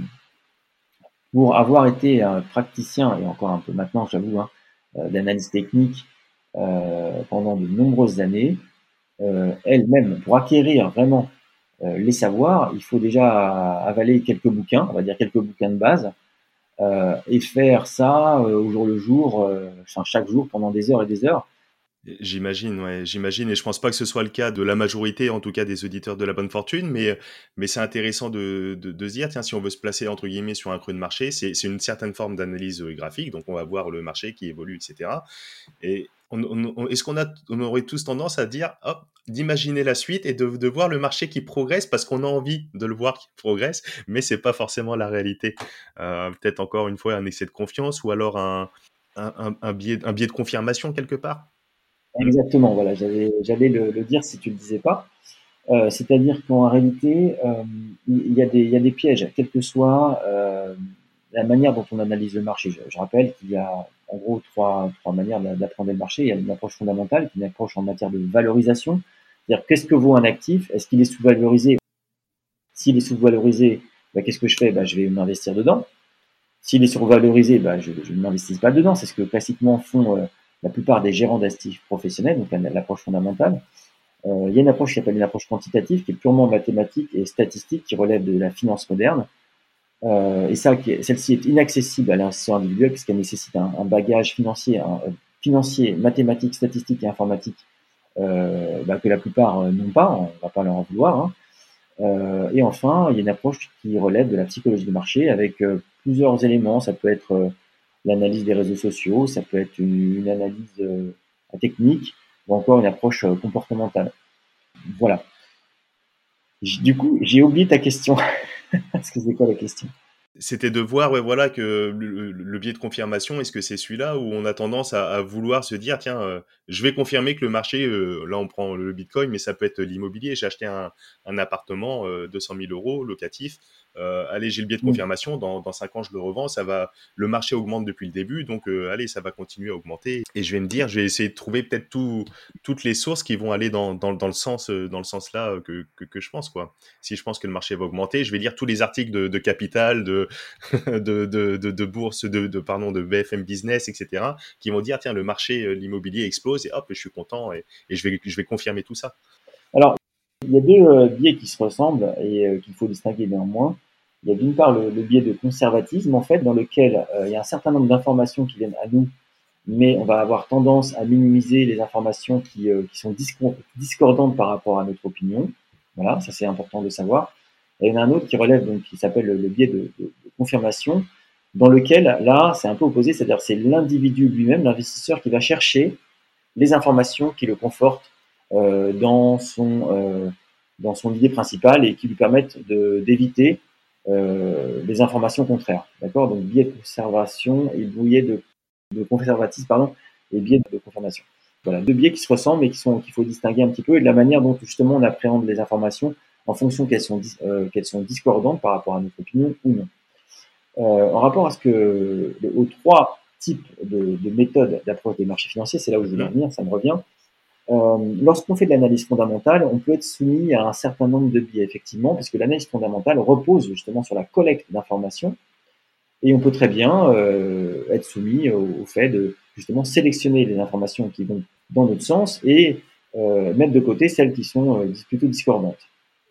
pour avoir été un praticien, et encore un peu maintenant, j'avoue, d'analyse technique pendant de nombreuses années, elle-même, pour acquérir vraiment les savoirs, il faut déjà avaler quelques bouquins, on va dire quelques bouquins de base, et faire ça au jour le jour, enfin chaque jour pendant des heures et des heures. J'imagine, ouais, j'imagine, et je pense pas que ce soit le cas de la majorité, en tout cas des auditeurs de la bonne fortune, mais c'est intéressant de se dire, tiens, si on veut se placer entre guillemets sur un creux de marché, c'est une certaine forme d'analyse graphique, donc on va voir le marché qui évolue, etc. Et est-ce on aurait tous tendance à dire, hop, d'imaginer la suite et de voir le marché qui progresse parce qu'on a envie de le voir qui progresse, mais c'est pas forcément la réalité. Peut-être encore une fois un excès de confiance ou alors un biais de confirmation quelque part. Hmm. Exactement, voilà, j'allais le dire si tu le disais pas. C'est-à-dire qu'en réalité, il y a des pièges, quelle que soit la manière dont on analyse le marché. Je rappelle qu'il y a en gros trois manières d'apprendre le marché. Il y a une approche fondamentale, qui est une approche en matière de valorisation. C'est-à-dire, qu'est-ce que vaut un actif? Est-ce qu'il est sous-valorisé? S'il est sous-valorisé, bah, qu'est-ce que je fais? Bah, je vais m'investir dedans. S'il est survalorisé, bah, je ne m'investis pas dedans. C'est ce que classiquement font la plupart des gérants d'actifs professionnels, donc l'approche fondamentale. Il y a une approche qui s'appelle une approche quantitative, qui est purement mathématique et statistique, qui relève de la finance moderne. Et celle-ci est inaccessible à l'investisseur individuel, puisqu'elle nécessite un bagage financier, mathématique, statistique et informatique que la plupart n'ont pas. On ne va pas leur en vouloir. Hein. Et enfin, il y a une approche qui relève de la psychologie du marché avec plusieurs éléments. Ça peut être l'analyse des réseaux sociaux, ça peut être une analyse technique ou encore une approche comportementale. Voilà. Du coup, j'ai oublié ta question. Est-ce que c'est quoi la question? C'était de voir, ouais, voilà, que le biais de confirmation, est-ce que c'est celui-là où on a tendance à vouloir se dire, tiens, je vais confirmer que le marché, là on prend le Bitcoin, mais ça peut être l'immobilier. J'ai acheté un appartement 200 000 euros locatif. Allez, j'ai le biais de confirmation. Dans 5 ans, je le revends. Le marché augmente depuis le début, donc allez, ça va continuer à augmenter. Et je vais me dire, je vais essayer de trouver peut-être toutes les sources qui vont aller dans le sens là que je pense, quoi. Si je pense que le marché va augmenter, je vais lire tous les articles de Capital, de bourse, de BFM Business, etc., qui vont dire, tiens, le marché, l'immobilier explose, et hop, je suis content, et je vais confirmer tout ça. Alors, il y a deux biais qui se ressemblent et qu'il faut distinguer néanmoins. Il y a d'une part le biais de conservatisme, en fait, dans lequel il y a un certain nombre d'informations qui viennent à nous, mais on va avoir tendance à minimiser les informations qui sont discordantes par rapport à notre opinion. Voilà, ça c'est important de savoir. Et il y en a un autre qui relève, donc, qui s'appelle le biais de confirmation, dans lequel, là, c'est un peu opposé, c'est-à-dire c'est l'individu lui-même, l'investisseur, qui va chercher les informations qui le confortent euh, dans, son, euh, dans son idée principale et qui lui permettent d'éviter les informations contraires. D'accord? Donc, biais de conservation et biais de conservatisme, pardon, et biais de confirmation. Voilà, deux biais qui se ressemblent et qu'il faut distinguer un petit peu, et de la manière dont justement on appréhende les informations en fonction qu'elles sont discordantes par rapport à notre opinion ou non. En rapport à aux trois types de méthodes d'approche des marchés financiers, c'est là où je voulais en venir, ça me revient. Lorsqu'on fait de l'analyse fondamentale, on peut être soumis à un certain nombre de biais, effectivement, parce que l'analyse fondamentale repose justement sur la collecte d'informations, et on peut très bien être soumis au fait de justement sélectionner les informations qui vont dans notre sens et mettre de côté celles qui sont plutôt discordantes.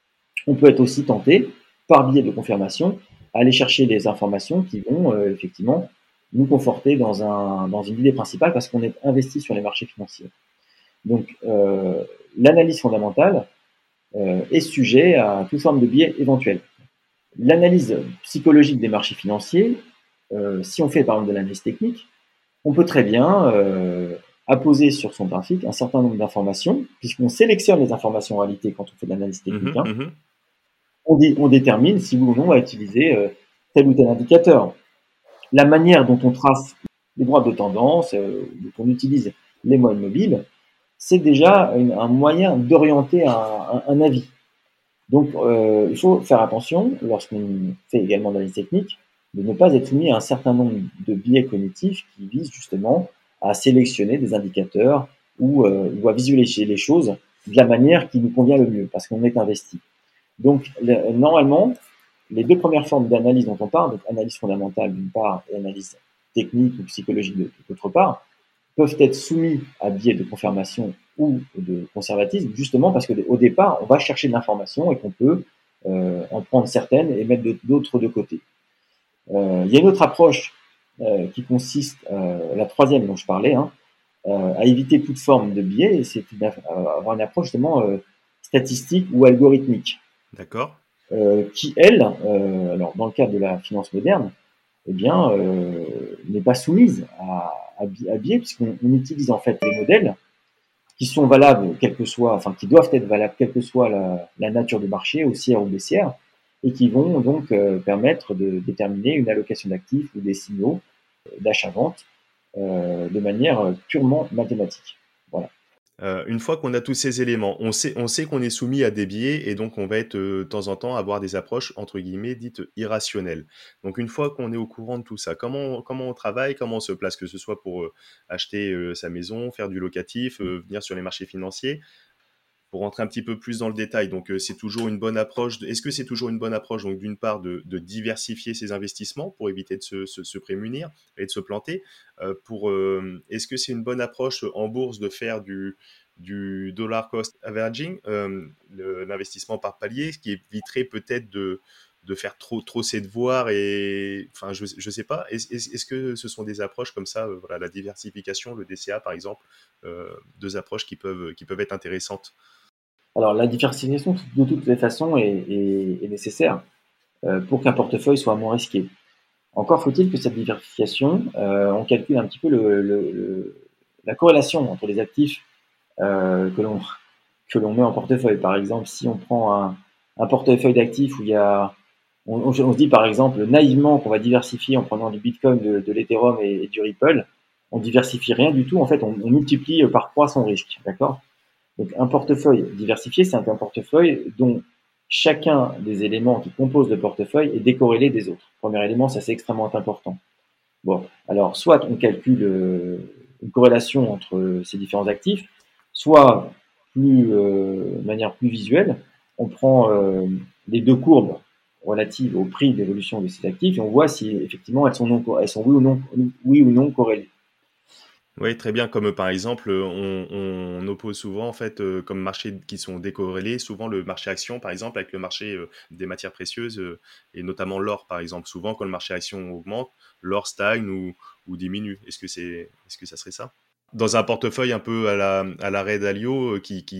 On peut être aussi tenté, par biais de confirmation, à aller chercher des informations qui vont effectivement nous conforter dans une idée principale parce qu'on est investi sur les marchés financiers. Donc, l'analyse fondamentale est sujet à toute forme de biais éventuel. L'analyse psychologique des marchés financiers, si on fait par exemple de l'analyse technique, on peut très bien apposer sur son graphique un certain nombre d'informations, puisqu'on sélectionne les informations en réalité quand on fait de l'analyse technique. On détermine si oui ou non on va utiliser tel ou tel indicateur. La manière dont on trace les droites de tendance, dont on utilise les moyennes mobiles, c'est déjà un moyen d'orienter un avis. Donc, il faut faire attention, lorsqu'on fait également de l'analyse technique, de ne pas être soumis à un certain nombre de biais cognitifs qui visent justement à sélectionner des indicateurs ou à visualiser les choses de la manière qui nous convient le mieux, parce qu'on est investi. Donc, normalement, les deux premières formes d'analyse dont on parle, donc analyse fondamentale d'une part et analyse technique ou psychologique d'autre part, peuvent être soumis à biais de confirmation ou de conservatisme, justement parce qu'au départ, on va chercher de l'information et qu'on peut en prendre certaines et mettre d'autres de côté. Il y a une autre approche qui consiste, la troisième dont je parlais, à éviter toute forme de biais, et c'est avoir une approche justement statistique ou algorithmique. D'accord. Qui, elle, alors dans le cadre de la finance moderne, eh bien, n'est pas soumise à biais, puisqu'on utilise en fait les modèles qui sont valables, qui doivent être valables, quelle que soit la nature du marché, haussière ou baissière, et qui vont donc permettre de déterminer une allocation d'actifs ou des signaux d'achat-vente de manière purement mathématique. Voilà. Une fois qu'on a tous ces éléments, on sait qu'on est soumis à des biais et donc on va être de temps en temps avoir des approches entre guillemets dites irrationnelles. Donc une fois qu'on est au courant de tout ça, comment on travaille, comment on se place, que ce soit pour acheter sa maison, faire du locatif, venir sur les marchés financiers. Pour rentrer un petit peu plus dans le détail, donc c'est toujours une bonne approche. Est-ce que c'est toujours une bonne approche, donc d'une part de diversifier ses investissements pour éviter de se prémunir et de se planter. Est-ce que c'est une bonne approche en bourse de faire du dollar cost averaging, l'investissement par palier, ce qui éviterait peut-être de faire trop ses devoirs et enfin je sais pas. Est-ce que ce sont des approches comme ça, voilà, la diversification, le DCA par exemple, deux approches qui peuvent être intéressantes? Alors, la diversification, de toutes les façons, est nécessaire pour qu'un portefeuille soit moins risqué. Encore faut-il que cette diversification, on calcule un petit peu la corrélation entre les actifs que l'on met en portefeuille. Par exemple, si on prend un portefeuille d'actifs où il y a, on se dit par exemple naïvement qu'on va diversifier en prenant du Bitcoin, de l'Ethereum et du Ripple, on diversifie rien du tout. En fait, on multiplie par 3 son risque, d'accord? Donc, un portefeuille diversifié, c'est un portefeuille dont chacun des éléments qui composent le portefeuille est décorrélé des autres. Premier élément, ça c'est extrêmement important. Bon, alors soit on calcule une corrélation entre ces différents actifs, soit de manière plus visuelle, on prend les deux courbes relatives au prix d'évolution de ces actifs et on voit si effectivement elles sont oui ou non corrélées. Oui, très bien. Comme par exemple, on oppose souvent en fait comme marchés qui sont décorrélés, souvent le marché action par exemple avec le marché des matières précieuses et notamment l'or par exemple. Souvent quand le marché action augmente, l'or stagne ou diminue. Est-ce que ça serait ça? Dans un portefeuille un peu à la Ray Dalio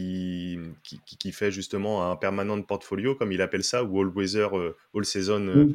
qui fait justement un permanent portfolio, comme il appelle ça, ou all weather, all season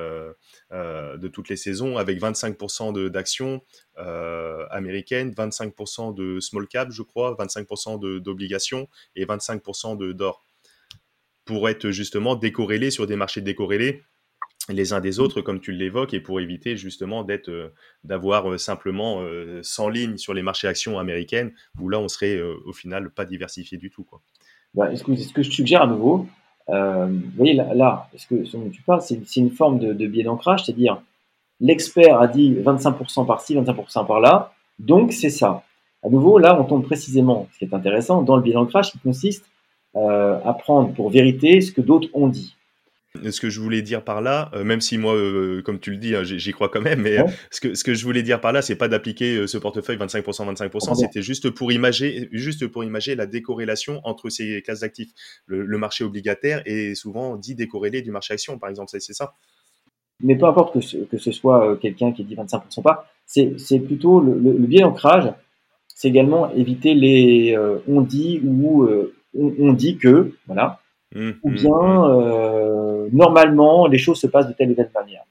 de toutes les saisons, avec 25% d'actions américaines, 25% de small cap, je crois, 25% d'obligations et 25% d'or, pour être justement décorrélé sur des marchés décorrélés les uns des autres, comme tu l'évoques, et pour éviter justement d'avoir simplement 100 lignes sur les marchés actions américaines, où là, on serait au final pas diversifié du tout, quoi. Bah, ce que je suggère à nouveau, vous voyez là ce dont tu parles, c'est une forme de biais d'ancrage, c'est-à-dire l'expert a dit 25% par-ci, 25% par-là, donc c'est ça. À nouveau, là, on tombe précisément, ce qui est intéressant, dans le biais d'ancrage qui consiste à prendre pour vérité ce que d'autres ont dit. Ce que je voulais dire par là, même si moi, comme tu le dis, hein, j'y crois quand même, mais Ouais, ce que je voulais dire par là, c'est pas d'appliquer ce portefeuille 25%, je 25%, comprends bien. c'était juste pour imager la décorrélation entre ces classes d'actifs. Le marché obligataire est souvent dit décorrélé du marché action, par exemple, c'est ça? Mais peu importe que ce soit quelqu'un qui dit 25% pas, c'est plutôt le biais d'ancrage, c'est également éviter les on dit ou on dit que, voilà, Mmh, ou mmh, mmh. bien normalement les choses se passent de telle ou telle manière.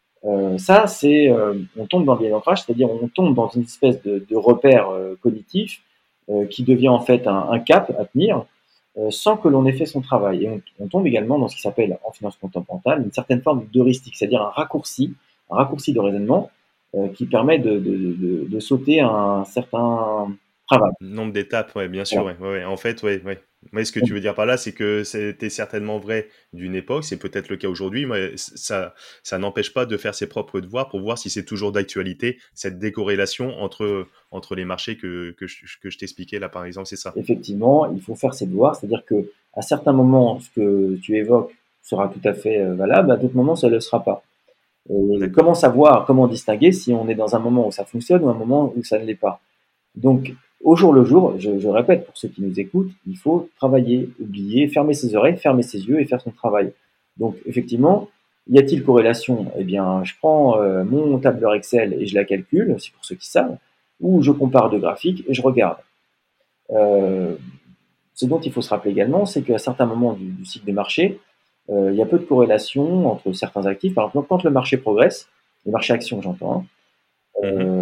Ça, c'est on tombe dans le biais d'ancrage, c'est-à-dire on tombe dans une espèce de repère cognitif qui devient en fait un cap à tenir sans que l'on ait fait son travail. Et on tombe également dans ce qui s'appelle en finance comportementale une certaine forme d'heuristique, c'est-à-dire un raccourci de raisonnement qui permet de sauter un certain travail. Nombre d'étapes, ouais, bien sûr, Voilà. ouais, ouais, ouais. En fait, ouais, ouais. Ouais, ce que tu veux dire par là, c'est que c'était certainement vrai d'une époque, c'est peut-être le cas aujourd'hui, mais ça n'empêche pas de faire ses propres devoirs pour voir si c'est toujours d'actualité, cette décorrélation entre les marchés que je t'expliquais là, par exemple, c'est ça. Effectivement, il faut faire ses devoirs, c'est-à-dire que à certains moments, ce que tu évoques sera tout à fait valable, à d'autres moments, ça ne le sera pas. Et comment D'accord. savoir, comment distinguer si on est dans un moment où ça fonctionne ou un moment où ça ne l'est pas. Donc, au jour le jour, je répète pour ceux qui nous écoutent, il faut travailler, oublier, fermer ses oreilles, fermer ses yeux et faire son travail. Donc, effectivement, y a-t-il corrélation? Eh bien, je prends mon tableur Excel et je la calcule, c'est pour ceux qui savent, ou je compare deux graphiques et je regarde. Euh, Ce dont il faut se rappeler également, c'est qu'à certains moments du cycle des marchés, il y a peu de corrélation entre certains actifs. Par exemple, quand le marché progresse, les marchés actions, j'entends, hein, Mhm.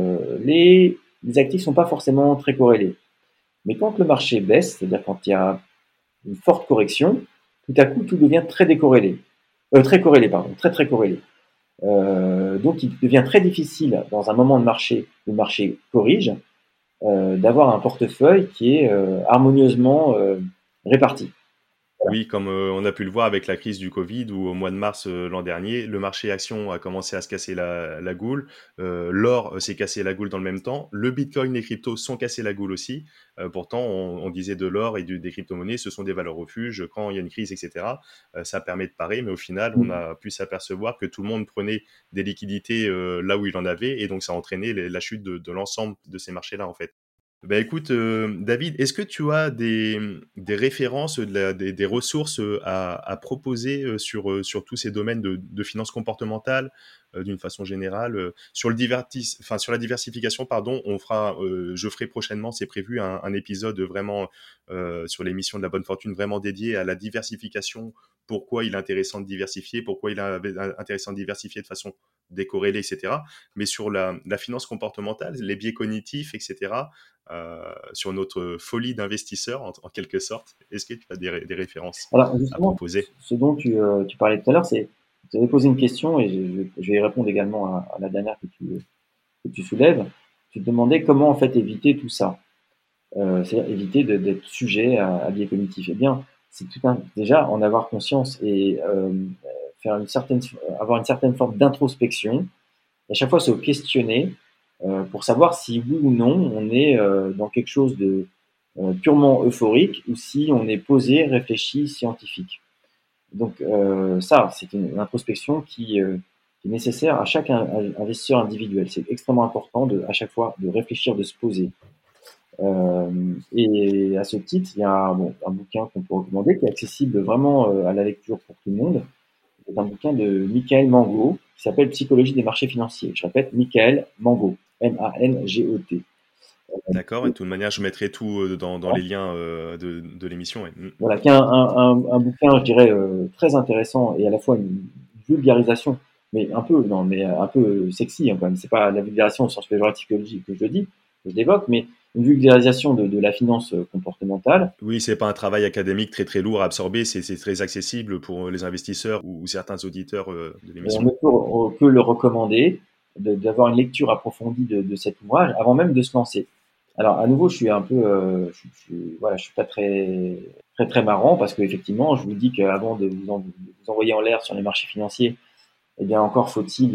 les actifs ne sont pas forcément très corrélés. Mais quand le marché baisse, c'est-à-dire quand il y a une forte correction, tout à coup, tout devient très décorrélé. Très corrélé, pardon, très très corrélé. Donc, il devient très difficile, dans un moment de marché où le marché corrige, d'avoir un portefeuille qui est harmonieusement réparti. Oui, comme on a pu le voir avec la crise du Covid, où au mois de mars l'an dernier, le marché action a commencé à se casser la goule, l'or s'est cassé la goule dans le même temps, le Bitcoin, les cryptos sont cassés la goule aussi. Pourtant, on disait de l'or et des crypto-monnaies, ce sont des valeurs refuges quand il y a une crise, etc. Ça permet de parer, mais au final, on a pu s'apercevoir que tout le monde prenait des liquidités là où il en avait, et donc ça a entraîné la chute de l'ensemble de ces marchés-là, en fait. Bah écoute, David, est-ce que tu as des références, des ressources à proposer sur tous ces domaines de finances comportementales d'une façon générale sur la diversification, pardon, je ferai prochainement, c'est prévu, un épisode vraiment sur l'émission de la bonne fortune, vraiment dédié à la diversification, pourquoi il est intéressant de diversifier, pourquoi il est intéressant de diversifier de façon décorrélée, etc. Mais sur la finance comportementale, les biais cognitifs, etc., sur notre folie d'investisseur, en quelque sorte. Est-ce que tu as des références Alors à justement, proposer? ce dont tu parlais tout à l'heure, c'est tu avais posé une question et je vais y répondre également à la dernière que tu soulèves. Tu te demandais comment en fait éviter tout ça, c'est-à-dire éviter d'être sujet à biais cognitifs. Eh bien, c'est déjà en avoir conscience et faire avoir une certaine forme d'introspection. À chaque fois, se questionner pour savoir si oui ou non on est dans quelque chose de purement euphorique ou si on est posé, réfléchi, scientifique. Donc ça, c'est une introspection qui est nécessaire à chaque investisseur individuel. C'est extrêmement important à chaque fois de réfléchir, de se poser. Et à ce titre, il y a un bouquin qu'on peut recommander qui est accessible vraiment à la lecture pour tout le monde. C'est un bouquin de Michael Mango qui s'appelle Psychologie des marchés financiers. Je répète, Michael Mango, Mangot. D'accord, et de toute manière, je mettrai tout dans Voilà, les liens de l'émission. Ouais. voilà, qui est un bouquin, je dirais, très intéressant et à la fois une vulgarisation, mais un peu, non, mais un peu sexy hein, quand même. C'est pas la vulgarisation au sens péjoratif que je le dis, que je l'évoque, mais une vulgarisation de la finance comportementale. Oui, c'est pas un travail académique très très lourd à absorber, c'est très accessible pour les investisseurs ou certains auditeurs de Et on l'émission. ne peut que le recommander, d'avoir une lecture approfondie de cet ouvrage avant même de se lancer. Alors, à nouveau, je suis un peu, voilà, je suis pas très marrant parce qu'effectivement, je vous dis qu'avant de vous envoyer en l'air sur les marchés financiers, eh bien, encore faut-il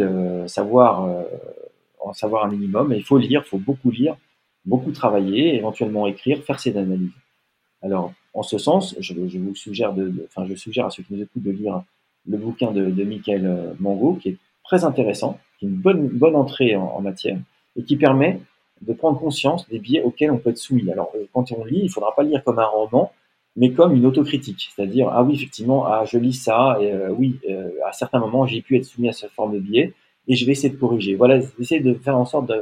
en savoir un minimum. Et il faut lire, il faut beaucoup lire, beaucoup travailler, éventuellement écrire, faire ses analyses. Alors, en ce sens, je vous suggère enfin, je suggère à ceux qui nous écoutent de lire le bouquin de Michael Mango, qui est très intéressant, qui est une bonne entrée en matière, et qui permet de prendre conscience des biais auxquels on peut être soumis. Alors, quand on lit, il ne faudra pas le lire comme un roman, mais comme une autocritique. C'est-à-dire, ah oui, effectivement, ah, je lis ça, et oui, à certains moments, j'ai pu être soumis à cette forme de biais, et je vais essayer de corriger. Voilà, essayer de faire en sorte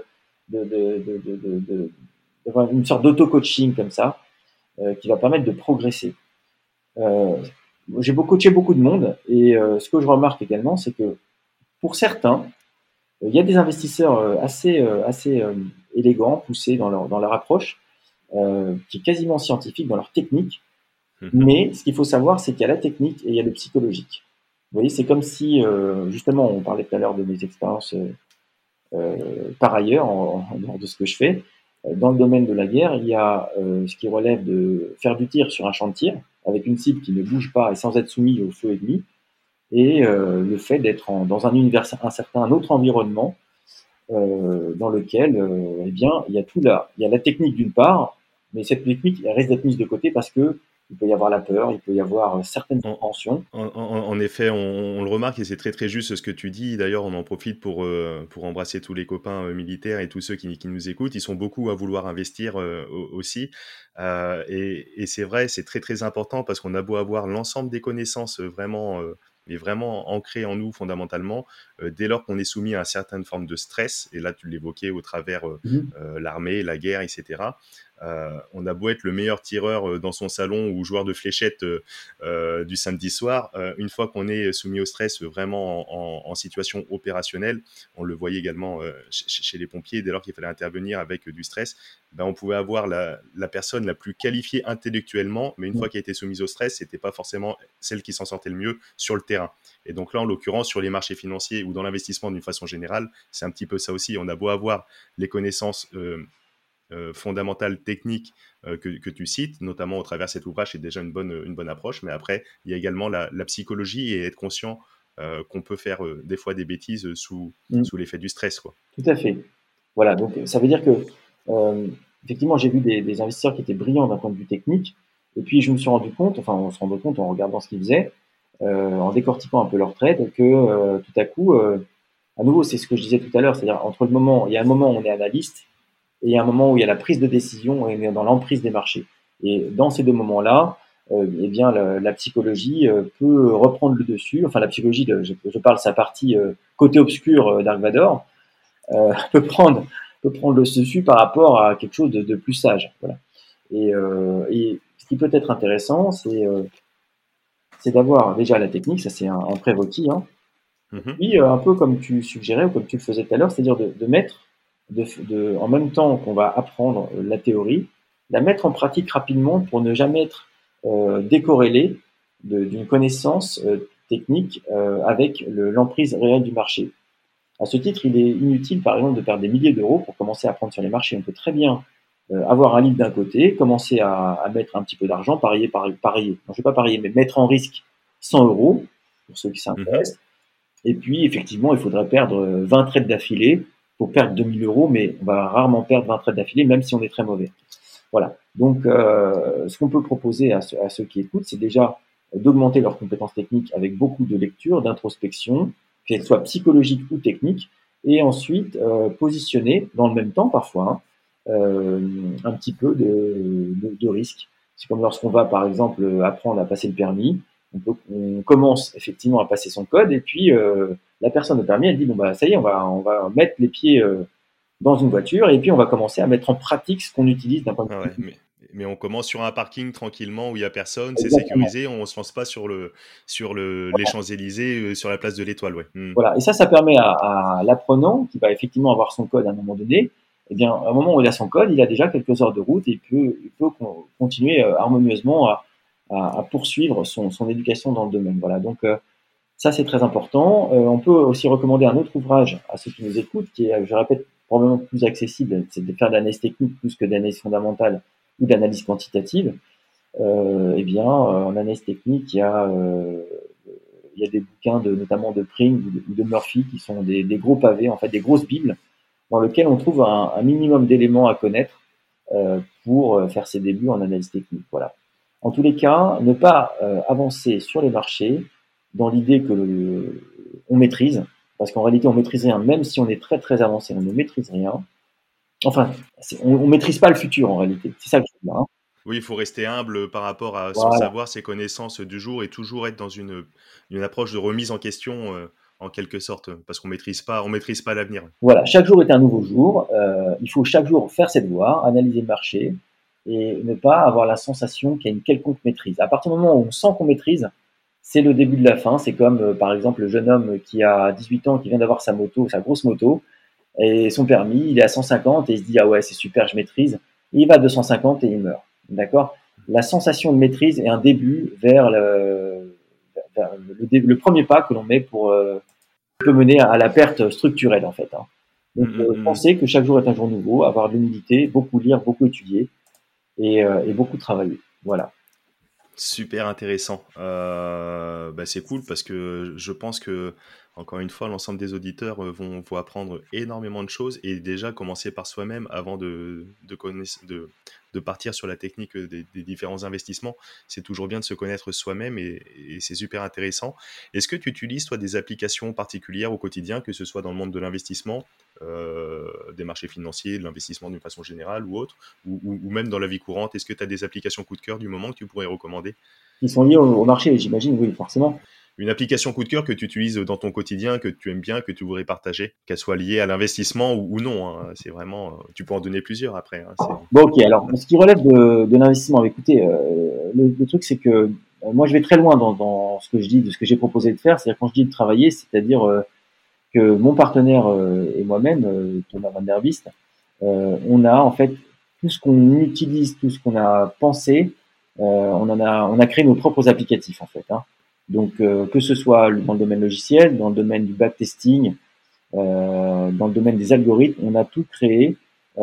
d'avoir une sorte d'auto-coaching comme ça, qui va permettre de progresser. Euh, j'ai coaché beaucoup de monde, et ce que je remarque également, c'est que pour certains, il y a des investisseurs assez élégants, poussés dans leur approche, qui est quasiment scientifique dans leur technique. Mais ce qu'il faut savoir, c'est qu'il y a la technique et il y a le psychologique. Vous voyez, c'est comme si, justement, on parlait tout à l'heure de mes expériences par ailleurs, en dehors de ce que je fais. Dans le domaine de la guerre, il y a ce qui relève de faire du tir sur un champ de tir, avec une cible qui ne bouge pas et sans être soumise au feu ennemi, et le fait d'être dans un univers incertain, un autre environnement, dans lequel eh bien, il y a tout là. Il y a la technique d'une part, mais cette technique elle risque d'être mise de côté parce que il peut y avoir la peur, il peut y avoir certaines tensions. En effet, on le remarque et c'est très très juste ce que tu dis. D'ailleurs, on en profite pour embrasser tous les copains militaires et tous ceux qui nous écoutent. Ils sont beaucoup à vouloir investir aussi. Et c'est vrai, c'est très très important parce qu'on a beau avoir l'ensemble des connaissances vraiment, mais vraiment ancrées en nous fondamentalement, dès lors qu'on est soumis à une certaine forme de stress, et là tu l'évoquais au travers l'armée, la guerre, etc. On a beau être le meilleur tireur dans son salon ou joueur de fléchettes du samedi soir, une fois qu'on est soumis au stress vraiment en situation opérationnelle, on le voyait également chez les pompiers, dès lors qu'il fallait intervenir avec du stress, ben, on pouvait avoir la personne la plus qualifiée intellectuellement, mais une fois qu'elle était soumise au stress, c'était pas forcément celle qui s'en sortait le mieux sur le terrain. Et donc là, en l'occurrence, sur les marchés financiers ou dans l'investissement d'une façon générale, c'est un petit peu ça aussi. On a beau avoir les connaissances fondamentales techniques que tu cites, notamment au travers de cet ouvrage, c'est déjà une bonne approche, mais après, il y a également la psychologie et être conscient qu'on peut faire des fois des bêtises sous l'effet du stress, quoi. Tout à fait. Voilà, donc ça veut dire que, effectivement, j'ai vu des investisseurs qui étaient brillants d'un point de vue technique, et puis je me suis rendu compte, enfin on se rendait compte en regardant ce qu'ils faisaient, en décortiquant un peu leur trade, que tout à coup, à nouveau, c'est ce que je disais tout à l'heure, c'est-à-dire entre le moment, il y a un moment où on est analyste, et il y a un moment où il y a la prise de décision et on est dans l'emprise des marchés. Et dans ces deux moments-là, eh bien, la psychologie peut reprendre le dessus. Enfin, la psychologie, je parle sa partie côté obscur Dark Vador, peut prendre le dessus par rapport à quelque chose de plus sage. Voilà. Et ce qui peut être intéressant, c'est d'avoir déjà la technique, ça c'est un prérequis, hein. Puis, un peu comme tu suggérais ou comme tu le faisais tout à l'heure, c'est-à-dire de mettre, en même temps qu'on va apprendre la théorie, la mettre en pratique rapidement pour ne jamais être décorrélé d'une connaissance technique avec l'emprise réelle du marché. À ce titre, il est inutile, par exemple, de perdre des milliers d'euros pour commencer à apprendre sur les marchés. On peut très bien avoir un livre d'un côté, commencer à mettre un petit peu d'argent, parier. Non, je ne vais pas parier, mais mettre en risque 100 euros pour ceux qui s'intéressent. Et puis, effectivement, il faudrait perdre 20 trades d'affilée pour perdre 2000 euros, mais on va rarement perdre 20 trades d'affilée, même si on est très mauvais. Voilà. Donc, ce qu'on peut proposer à ceux qui écoutent, c'est déjà d'augmenter leurs compétences techniques avec beaucoup de lecture, d'introspection, qu'elles soient psychologiques ou techniques, et ensuite positionner, dans le même temps parfois, un petit peu de risque. C'est comme lorsqu'on va, par exemple, apprendre à passer le permis, on commence effectivement à passer son code, et puis la personne au permis, elle dit, bon, bah, ça y est, on va mettre les pieds dans une voiture, et puis on va commencer à mettre en pratique ce qu'on utilise d'un point de vue technique. Mais on commence sur un parking tranquillement où il n'y a personne, c'est Exactement. sécurisé, on ne se lance pas sur les Champs-Élysées, sur la place de l'Étoile. Ouais. Voilà. Et ça permet à l'apprenant, qui va effectivement avoir son code à un moment donné, eh bien, à un moment où il a son code, il a déjà quelques heures de route et il peut continuer harmonieusement à poursuivre son éducation dans le domaine. Voilà. Donc, ça, c'est très important. On peut aussi recommander un autre ouvrage à ceux qui nous écoutent, qui est, je répète, probablement plus accessible, c'est de faire de l'analyse technique plus que d'analyse fondamentale ou d'analyse quantitative. Eh bien, en analyse technique, il y a des bouquins notamment de Pring ou de Murphy qui sont des gros pavés, en fait, des grosses bibles, dans lesquelles on trouve un minimum d'éléments à connaître pour faire ses débuts en analyse technique. Voilà. En tous les cas, ne pas avancer sur les marchés dans l'idée que on maîtrise, parce qu'en réalité, on maîtrise rien, même si on est très très avancé, on ne maîtrise rien. Enfin, on maîtrise pas le futur en réalité. C'est ça que je veux dire. Hein. Oui, il faut rester humble par rapport à son Voilà. savoir, ses connaissances du jour et toujours être dans une approche de remise en question, en quelque sorte, parce on maîtrise pas l'avenir. Voilà. Chaque jour est un nouveau jour. Il faut chaque jour faire ses devoirs, analyser le marché et ne pas avoir la sensation qu'il y a une quelconque maîtrise. À partir du moment où on sent qu'on maîtrise, c'est le début de la fin. C'est comme, par exemple, le jeune homme qui a 18 ans, qui vient d'avoir sa moto, sa grosse moto, et son permis, il est à 150 et il se dit ah ouais c'est super, je maîtrise. Et il va à 250 et il meurt. D'accord. La sensation de maîtrise est un début vers le premier pas que l'on met pour peut mener à la perte structurelle en fait. Hein. Donc Mmh, mmh, mmh. penser que chaque jour est un jour nouveau, avoir de l'humilité, beaucoup lire, beaucoup étudier et beaucoup travailler. Voilà. Super intéressant. Bah, c'est cool parce que je pense que, encore une fois, l'ensemble des auditeurs vont apprendre énormément de choses et déjà commencer par soi-même avant de partir sur la technique des différents investissements. C'est toujours bien de se connaître soi-même et c'est super intéressant. Est-ce que tu utilises, toi, des applications particulières au quotidien, que ce soit dans le monde de l'investissement, des marchés financiers, de l'investissement d'une façon générale ou autre, ou même dans la vie courante? Est-ce que tu as des applications coup de cœur du moment que tu pourrais recommander? Ils sont liés au marché, j'imagine, oui, forcément. Une application coup de cœur que tu utilises dans ton quotidien, que tu aimes bien, que tu voudrais partager, qu'elle soit liée à l'investissement ou non, hein. C'est vraiment, tu peux en donner plusieurs après, hein. Bon, ok, alors, ce qui relève de l'investissement, écoutez, le truc, c'est que moi, je vais très loin dans ce que je dis, de ce que j'ai proposé de faire. C'est-à-dire, quand je dis de travailler, c'est-à-dire que mon partenaire et moi-même, Thomas Van Der Vist, on a en fait tout ce qu'on utilise, tout ce qu'on a pensé, on a créé nos propres applicatifs en fait. Hein. Donc, que ce soit dans le domaine logiciel, dans le domaine du backtesting, dans le domaine des algorithmes, on a tout créé.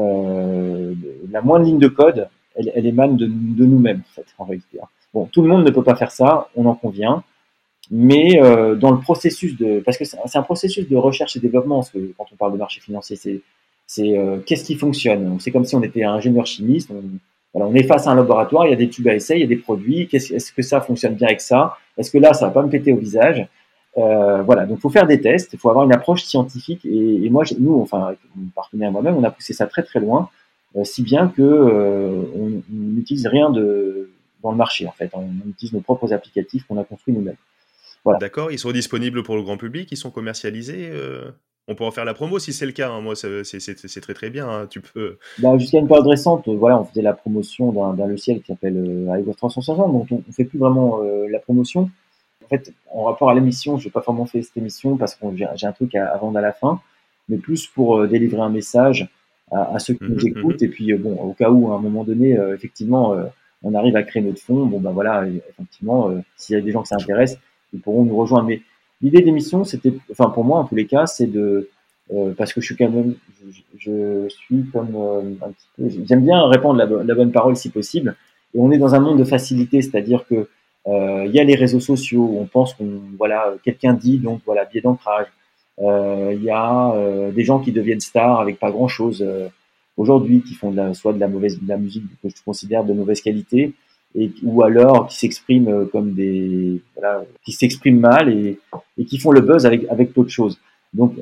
La moindre ligne de code, elle émane de nous-mêmes, en fait, en réalité. Hein. Bon, tout le monde ne peut pas faire ça, on en convient, mais dans le processus parce que c'est un processus de recherche et développement, parce que quand on parle de marché financier, c'est qu'est-ce qui fonctionne. C'est comme si on était ingénieur chimiste, voilà, on est face à un laboratoire, il y a des tubes à essai, il y a des produits, est-ce que ça fonctionne bien avec ça? Est-ce que là, ça va pas me péter au visage? Voilà, donc il faut faire des tests, il faut avoir une approche scientifique. Et moi, nous, enfin, avec mon partenaire et moi-même, on a poussé ça très très loin, si bien que on n'utilise rien dans le marché en fait. On utilise nos propres applicatifs qu'on a construits nous-mêmes. Voilà. D'accord, ils sont disponibles pour le grand public, ils sont commercialisés. On peut en faire la promo si c'est le cas, hein. Moi, c'est très très bien, hein. Tu peux. Bah, jusqu'à une période récente, voilà, on faisait la promotion d'un logiciel qui s'appelle iWork 360, donc on fait plus vraiment la promotion. En fait, en rapport à l'émission, je n'ai pas vraiment fait cette émission parce que j'ai un truc à vendre à la fin, mais plus pour délivrer un message à ceux qui nous Mhm, écoutent. mhm. Et puis, bon, au cas où, à un moment donné, effectivement, on arrive à créer notre fonds, bon, ben voilà, effectivement, s'il y a des gens que ça Je- intéresse, ils pourront nous rejoindre. Mais l'idée d'émission, c'était, enfin, pour moi, en tous les cas, c'est parce que je suis quand même, je suis comme un petit peu, j'aime bien répandre la bonne parole si possible. Et on est dans un monde de facilité, c'est-à-dire que il y a les réseaux sociaux où on pense qu'on voilà quelqu'un dit donc voilà biais d'ancrage. Il y a des gens qui deviennent stars avec pas grand chose aujourd'hui, qui font soit de la musique que je considère de mauvaise qualité, ou alors qui s'expriment comme des voilà, qui s'expriment mal et qui font le buzz avec peu de choses. Donc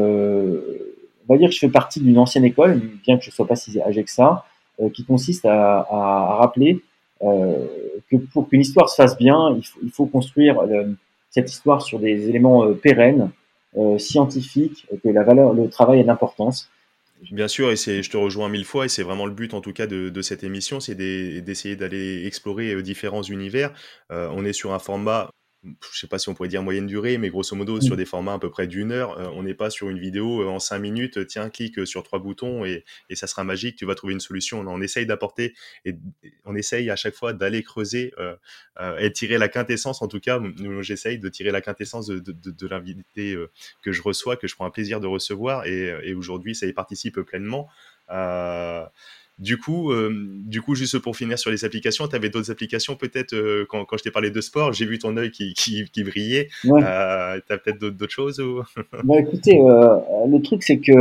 on va dire que je fais partie d'une ancienne école, bien que je sois pas si âgé que ça, qui consiste à rappeler que pour qu'une histoire se fasse bien, il faut construire cette histoire sur des éléments pérennes, scientifiques, que la valeur, le travail a de l'importance. Bien sûr, et je te rejoins mille fois, et c'est vraiment le but en tout cas de cette émission, c'est d'essayer d'aller explorer différents univers. On est sur un format, je sais pas si on pourrait dire moyenne durée, mais grosso modo sur des formats à peu près d'une heure. On n'est pas sur une vidéo en 5 minutes, tiens, clique sur 3 boutons et ça sera magique, tu vas trouver une solution. On essaye d'apporter et on essaye à chaque fois d'aller creuser et tirer la quintessence, en tout cas, j'essaye de tirer la quintessence de l'invité que je reçois, que je prends un plaisir de recevoir, et aujourd'hui, ça y participe pleinement. Euh, du coup, juste pour finir sur les applications, tu avais d'autres applications peut-être quand je t'ai parlé de sport, j'ai vu ton œil qui brillait. Ouais. Tu as peut-être d'autres choses ou... Bah écoutez, le truc c'est que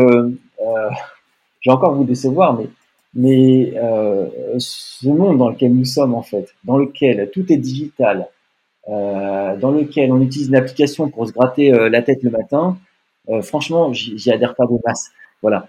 j'ai encore vous décevoir, mais ce monde dans lequel nous sommes en fait, dans lequel tout est digital, dans lequel on utilise une application pour se gratter la tête le matin, franchement, j'y adhère pas de masse. Voilà.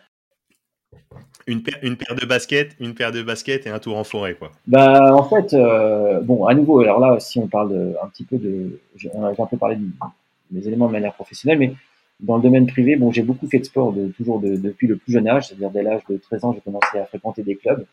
Une paire de baskets et un tour en forêt, quoi. Bah, en fait, bon, à nouveau, alors là, si on parle un petit peu on a un peu parlé des éléments de manière professionnelle, mais dans le domaine privé, bon, j'ai beaucoup fait de sport depuis le plus jeune âge, c'est-à-dire dès l'âge de 13 ans, j'ai commencé à fréquenter des clubs.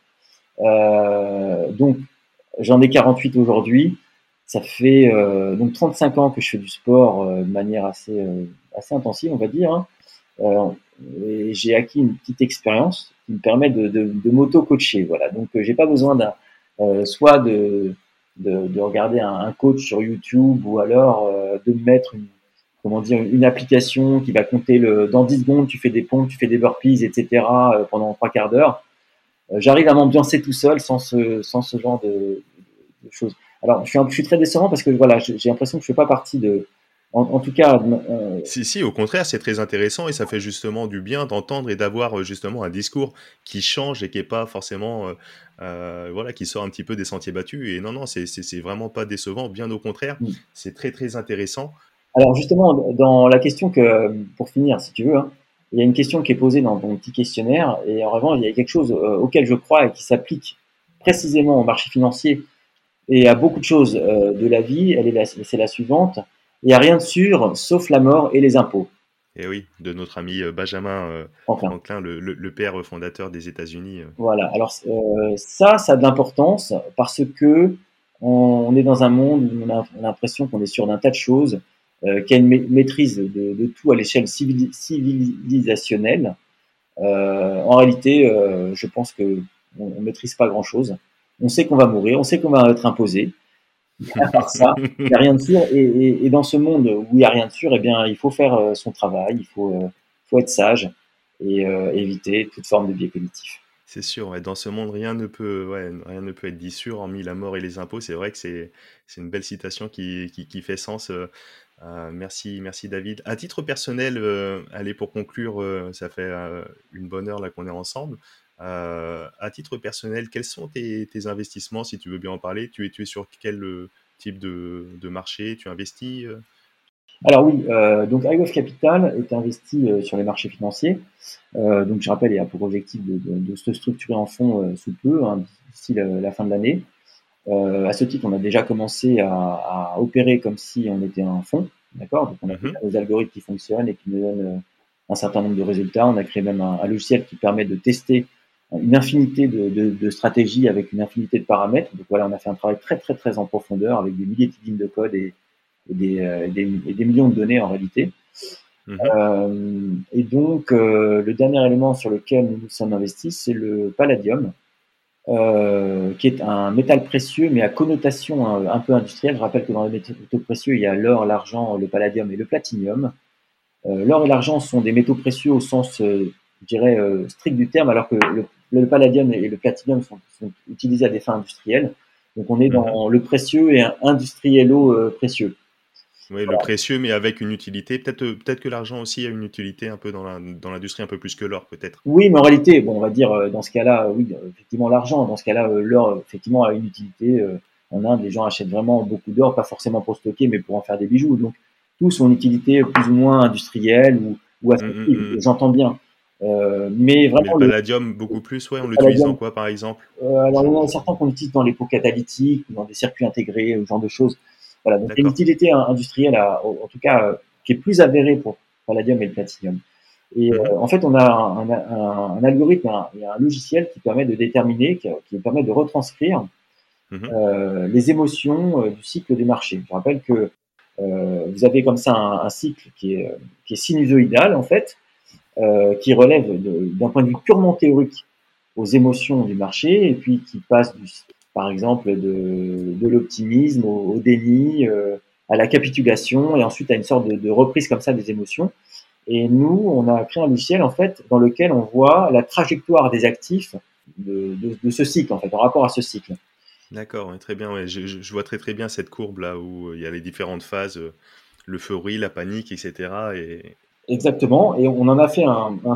Donc, j'en ai 48 aujourd'hui. Ça fait donc 35 ans que je fais du sport de manière assez intensive, on va dire, hein. Euh, et j'ai acquis une petite expérience qui me permet de m'auto-coacher. Voilà. Donc, j'ai pas besoin soit de regarder un coach sur YouTube ou alors de me mettre comment dire, une application qui va compter dans 10 secondes, tu fais des pompes, tu fais des burpees, etc. Pendant 3 quarts d'heure. J'arrive à m'ambiancer tout seul sans ce genre de choses. Alors, je suis très décevant parce que voilà, j'ai l'impression que je fais pas partie en tout cas, Si, au contraire, c'est très intéressant et ça fait justement du bien d'entendre et d'avoir justement un discours qui change et qui est pas forcément, voilà, qui sort un petit peu des sentiers battus. Et non, non, c'est vraiment pas décevant, bien au contraire, c'est très très intéressant. alors justement, dans la question pour finir, si tu veux, hein, il y a une question qui est posée dans ton petit questionnaire, et en revanche, il y a quelque chose auquel je crois et qui s'applique précisément au marché financier et à beaucoup de choses de la vie. C'est la suivante. Il n'y a rien de sûr, sauf la mort et les impôts. Et oui, de notre ami Benjamin Enfin, Franklin, le père fondateur des États-Unis. voilà. Alors ça a de l'importance parce que on est dans un monde où on a l'impression qu'on est sûr d'un tas de choses, qu'il y a une maîtrise de tout à l'échelle civilisationnelle. En réalité, je pense que on maîtrise pas grand-chose. On sait qu'on va mourir, on sait qu'on va être imposé. À part ça, il n'y a rien de sûr. Et dans ce monde où il n'y a rien de sûr, eh bien, il faut faire son travail, faut être sage et éviter toute forme de biais cognitif. C'est sûr, ouais, dans ce monde, rien ne peut être dit sûr, hormis la mort et les impôts. C'est vrai que c'est une belle citation qui fait sens. Merci David. À titre personnel, allez, pour conclure, ça fait une bonne heure là qu'on est ensemble. À titre personnel, quels sont tes investissements, si tu veux bien en parler? Tu es sur quel type de marché? Tu investis? Alors oui, donc iWealth Capital est investi sur les marchés financiers. Donc je rappelle, il y a pour objectif de se structurer en fonds sous peu, hein, d'ici la fin de l'année. À ce titre, on a déjà commencé à opérer comme si on était un fonds, d'accord? Donc on a déjà Mhm, nos algorithmes qui fonctionnent et qui nous donnent un certain nombre de résultats. On a créé même un logiciel qui permet de tester une infinité de stratégies avec une infinité de paramètres. Donc voilà, on a fait un travail très très très en profondeur avec des milliers de lignes de code et des millions de données en réalité. mhm. Et donc le dernier élément sur lequel nous nous sommes investis, c'est le palladium, qui est un métal précieux, mais à connotation un peu industrielle. Je rappelle que dans les métaux précieux, il y a l'or, l'argent, le palladium et le platinium. L'or et l'argent sont des métaux précieux au sens, je dirais, strict du terme, alors que le palladium et le platinium sont utilisés à des fins industrielles. Donc on est Mhm. dans le précieux et un industriello précieux. Oui, le précieux, mais avec une utilité. Peut-être que l'argent aussi a une utilité un peu dans l'industrie, un peu plus que l'or, peut-être. Oui, mais en réalité, bon, on va dire dans ce cas-là, oui, effectivement l'argent. Dans ce cas-là, l'or effectivement a une utilité. En Inde, les gens achètent vraiment beaucoup d'or, pas forcément pour stocker, mais pour en faire des bijoux. Donc tous ont une utilité plus ou moins industrielle ou Hum, hum, affective. hum. J'entends bien, mais Mais le vraiment palladium, beaucoup plus, ouais, on l'utilise dans palladium. quoi, par exemple? Alors il y en a Je... certains qu'on utilise dans les pots catalytiques, ou dans des circuits intégrés, ce genre de choses. Voilà, donc il y a une D'accord. utilité industrielle, en tout cas, qui est plus avérée pour le palladium et le platinium. Et Mhm, en fait, on a un algorithme, il y a un logiciel qui permet de déterminer, qui permet de retranscrire mhm, les émotions du cycle des marchés. Je rappelle que vous avez comme ça un cycle qui est sinusoïdal, en fait, qui relève d'un point de vue purement théorique aux émotions du marché, et puis qui passe, par exemple, de l'optimisme au déni, à la capitulation, et ensuite à une sorte de reprise comme ça des émotions. Et nous, on a créé un logiciel en fait dans lequel on voit la trajectoire des actifs de ce cycle en fait, en rapport à ce cycle. d'accord, ouais, très bien. Ouais. Je vois très très bien cette courbe là où il y a les différentes phases, l'euphorie, la panique, etc. Et... Exactement. Et on en a fait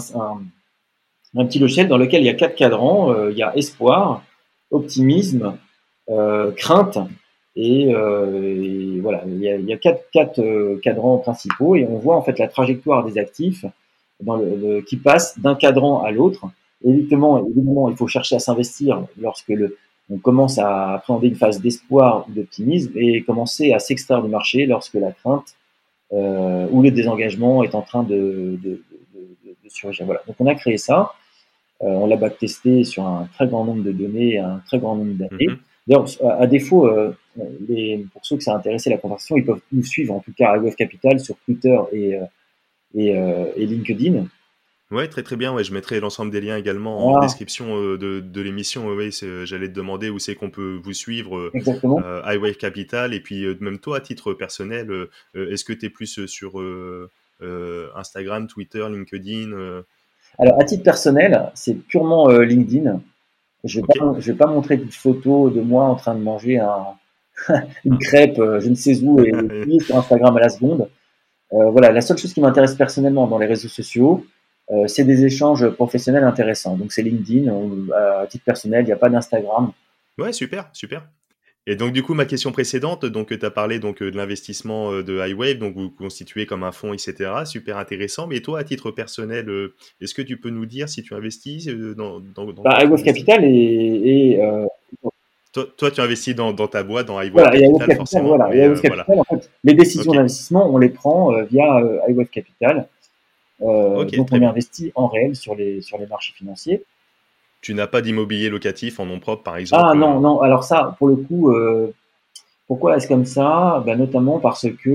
un petit logiciel dans lequel il y a 4 cadrans. Il y a espoir, optimisme, crainte Et voilà, il y a quatre cadrans principaux et on voit en fait la trajectoire des actifs qui passe d'un cadran à l'autre. Évidemment, il faut chercher à s'investir lorsque on commence à appréhender une phase d'espoir ou d'optimisme et commencer à s'extraire du marché lorsque la crainte ou le désengagement est en train de surgir. Voilà. Donc on a créé ça. On l'a backtesté sur un très grand nombre de données et un très grand nombre d'années. D'ailleurs, à défaut, pour ceux que ça a intéressé la conversation, ils peuvent nous suivre, en tout cas à iWave Capital, sur Twitter et LinkedIn. Ouais, très très bien. Ouais, je mettrai l'ensemble des liens également en Ah, description de l'émission. Ouais, j'allais te demander où c'est qu'on peut vous suivre, exactement. iWave Capital, et puis même toi, à titre personnel, est-ce que tu es plus sur Instagram, Twitter, LinkedIn Alors, à titre personnel, c'est purement LinkedIn. Ok. Je vais pas montrer de photos de moi en train de manger une crêpe, je ne sais où, et publier sur Instagram à la seconde. Voilà, la seule chose qui m'intéresse personnellement dans les réseaux sociaux, c'est des échanges professionnels intéressants. Donc c'est LinkedIn. À titre personnel, il n'y a pas d'Instagram. Ouais, super, super. Et donc du coup, ma question précédente, donc tu as parlé donc de l'investissement de iWave, donc vous constituez comme un fonds, etc. Super intéressant. Mais toi, à titre personnel, est-ce que tu peux nous dire si tu investis dans quoi tu iWave investis? Capital et Toi, tu investis dans ta boîte, dans iWave voilà, et iWave Capital, Capital, forcément, voilà, et mais iWave voilà. Capital, en fait, les décisions Ok, d'investissement, on les prend via iWave Capital. ok, Donc on très est bien. investi en réel sur les marchés financiers. Tu n'as pas d'immobilier locatif en nom propre, par Ah exemple? non, non, alors ça, pour le coup, pourquoi est-ce comme ça? Ben, notamment parce que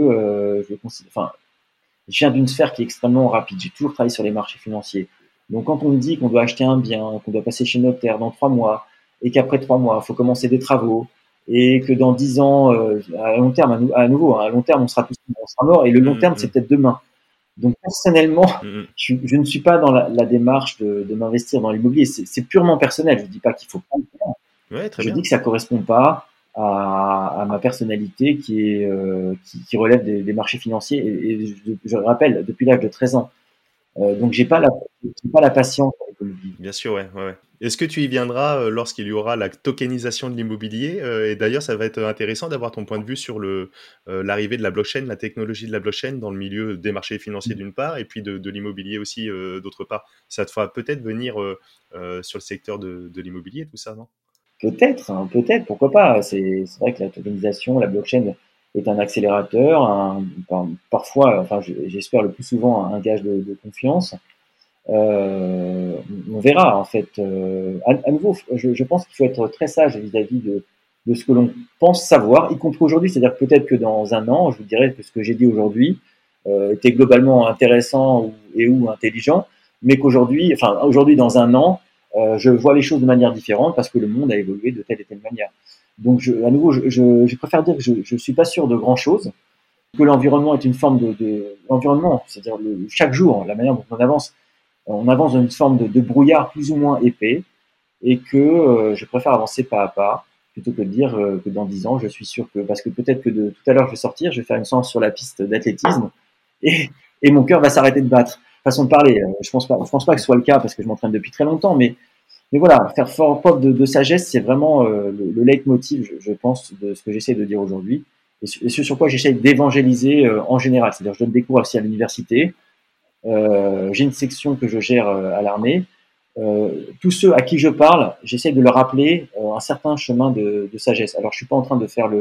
je viens d'une sphère qui est extrêmement rapide. J'ai toujours travaillé sur les marchés financiers. Donc, quand on me dit qu'on doit acheter un bien, qu'on doit passer chez le notaire dans 3 mois, et qu'après 3 mois, il faut commencer des travaux, et que dans 10 ans, à long terme, à nouveau, hein, à long terme, on sera mort, et le long terme, c'est Hum. peut-être demain. Donc, personnellement, Hum. je ne suis pas dans la démarche de m'investir dans l'immobilier. C'est purement personnel. Je ne dis pas qu'il faut pas. Ouais, très Je dis bien. que ça correspond pas à ma personnalité qui relève des marchés financiers. Et je rappelle, depuis l'âge de 13 ans. Donc j'ai pas la patience avec l'immobilier. Bien sûr, ouais, ouais, ouais. Est-ce que tu y viendras lorsqu'il y aura la tokenisation de l'immobilier? Et d'ailleurs, ça va être intéressant d'avoir ton point de vue sur l'arrivée de la blockchain, la technologie de la blockchain dans le milieu des marchés financiers d'une part, et puis de l'immobilier aussi d'autre part. Ça te fera peut-être venir sur le secteur de l'immobilier, tout ça, non? Peut-être, hein, peut-être, pourquoi pas. C'est vrai que la tokenisation, la blockchain est un accélérateur, parfois, enfin j'espère le plus souvent un gage de confiance. Euh, on verra en fait. À nouveau, je pense qu'il faut être très sage vis-à-vis de ce que l'on pense savoir, y compris aujourd'hui. C'est-à-dire que peut-être que dans un an, je vous dirais que ce que j'ai dit aujourd'hui était globalement intéressant ou intelligent, mais qu'aujourd'hui, enfin aujourd'hui dans un an, je vois les choses de manière différente parce que le monde a évolué de telle et telle manière. Donc à nouveau, je préfère dire que je suis pas sûr de grand chose, que l'environnement est une forme l'environnement, c'est-à-dire chaque jour, la manière dont on avance dans une forme de brouillard plus ou moins épais et que je préfère avancer pas à pas plutôt que de dire que dans 10 ans, je suis sûr que, parce que peut-être que tout à l'heure je vais sortir, je vais faire une séance sur la piste d'athlétisme et, et mon cœur va s'arrêter de battre. Façon de parler, je pense pas que ce soit le cas parce que je m'entraîne depuis très longtemps, mais voilà, faire fort preuve de sagesse, c'est vraiment le leitmotiv, je pense, de ce que j'essaie de dire aujourd'hui et ce sur quoi j'essaie d'évangéliser en général. C'est-à-dire, je donne des cours aussi à l'université, j'ai une section que je gère à l'armée. Tous ceux à qui je parle, j'essaie de leur rappeler un certain chemin de sagesse. Alors, je suis pas en train de faire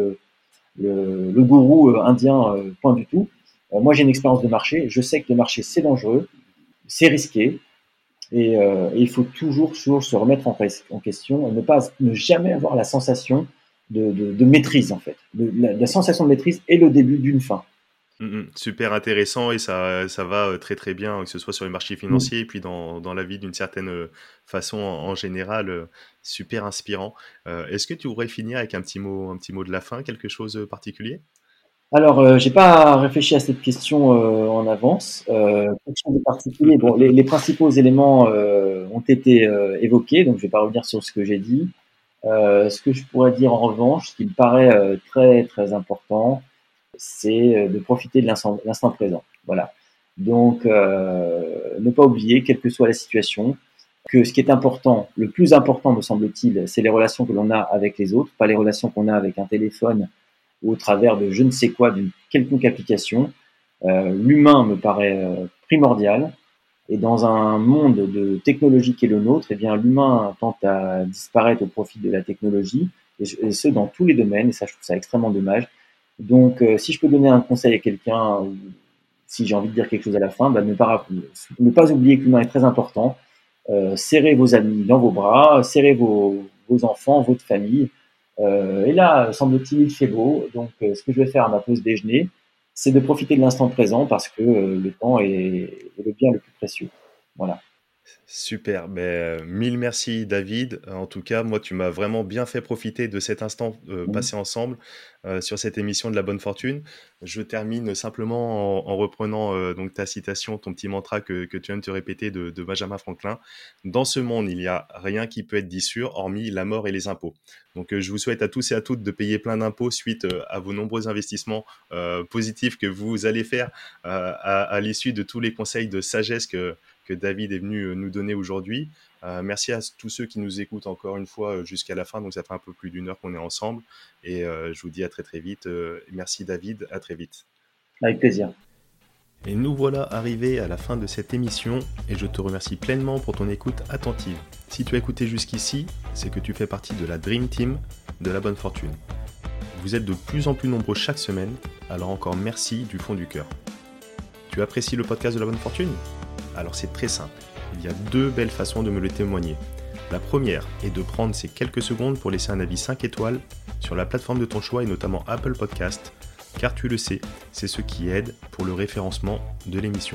le gourou indien, point du tout. Moi, j'ai une expérience de marché. Je sais que le marché, c'est dangereux, c'est risqué, et il faut toujours se remettre en question, et ne jamais avoir la sensation de maîtrise, en fait. La sensation de maîtrise est le début d'une fin. Super intéressant, et ça va très très bien, que ce soit sur les marchés Mm. financiers et puis dans la vie d'une certaine façon en général, super inspirant. Est-ce que tu voudrais finir avec un petit mot de la fin, quelque chose de particulier? Alors, j'ai pas réfléchi à cette question en avance. Quelque chose de particulier. Bon, les principaux éléments ont été évoqués, donc je vais pas revenir sur ce que j'ai dit. Ce que je pourrais dire en revanche, ce qui me paraît très très important, c'est de profiter de l'instant présent. Voilà. Donc, ne pas oublier, quelle que soit la situation, que ce qui est important, le plus important me semble-t-il, c'est les relations que l'on a avec les autres, pas les relations qu'on a avec un téléphone ou au travers de je ne sais quoi, d'une quelconque application. L'humain me paraît primordial. Et dans un monde de technologie qui est le nôtre, eh bien, l'humain tend à disparaître au profit de la technologie, et ce, dans tous les domaines, et ça, je trouve ça extrêmement dommage. Donc, si je peux donner un conseil à quelqu'un, ou si j'ai envie de dire quelque chose à la fin, ne pas oublier que l'humain est très important. Serrez vos amis dans vos bras, serrez vos enfants, votre famille. Et là, semble-t-il, il fait beau. Donc, ce que je vais faire à ma pause déjeuner, c'est de profiter de l'instant présent parce que le temps est le bien le plus précieux. Voilà. Super, mille merci David. En tout cas, moi, tu m'as vraiment bien fait profiter de cet instant passé ensemble sur cette émission de La Bonne Fortune. Je termine simplement en reprenant donc ta citation, ton petit mantra que tu viens de te répéter de Benjamin Franklin. Dans ce monde, il n'y a rien qui peut être dit sûr, hormis la mort et les impôts. Donc, je vous souhaite à tous et à toutes de payer plein d'impôts suite à vos nombreux investissements positifs que vous allez faire à l'issue de tous les conseils de sagesse que David est venu nous donner aujourd'hui. Merci à tous ceux qui nous écoutent encore une fois jusqu'à la fin. Donc, ça fait un peu plus d'1 heure qu'on est ensemble. Et je vous dis à très, très vite. Merci David, à très vite. Avec plaisir. Et nous voilà arrivés à la fin de cette émission et je te remercie pleinement pour ton écoute attentive. Si tu as écouté jusqu'ici, c'est que tu fais partie de la Dream Team de La Bonne Fortune. Vous êtes de plus en plus nombreux chaque semaine, alors encore merci du fond du cœur. Tu apprécies le podcast de La Bonne Fortune ? Alors c'est très simple, il y a 2 belles façons de me le témoigner. La première est de prendre ces quelques secondes pour laisser un avis 5 étoiles sur la plateforme de ton choix et notamment Apple Podcast, car tu le sais, c'est ce qui aide pour le référencement de l'émission.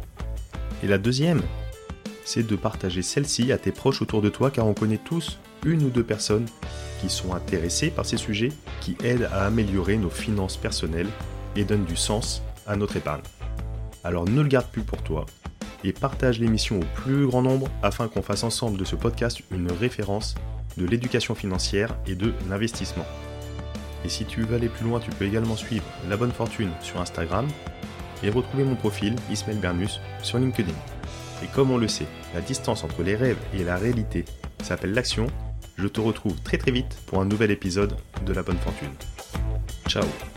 Et la deuxième, c'est de partager celle-ci à tes proches autour de toi, car on connaît tous 1 ou 2 personnes qui sont intéressées par ces sujets, qui aident à améliorer nos finances personnelles et donnent du sens à notre épargne. Alors ne le garde plus pour toi, et partage l'émission au plus grand nombre afin qu'on fasse ensemble de ce podcast une référence de l'éducation financière et de l'investissement. Et si tu veux aller plus loin, tu peux également suivre La Bonne Fortune sur Instagram et retrouver mon profil Ismael Bernus sur LinkedIn. Et comme on le sait, la distance entre les rêves et la réalité s'appelle l'action. Je te retrouve très très vite pour un nouvel épisode de La Bonne Fortune. Ciao.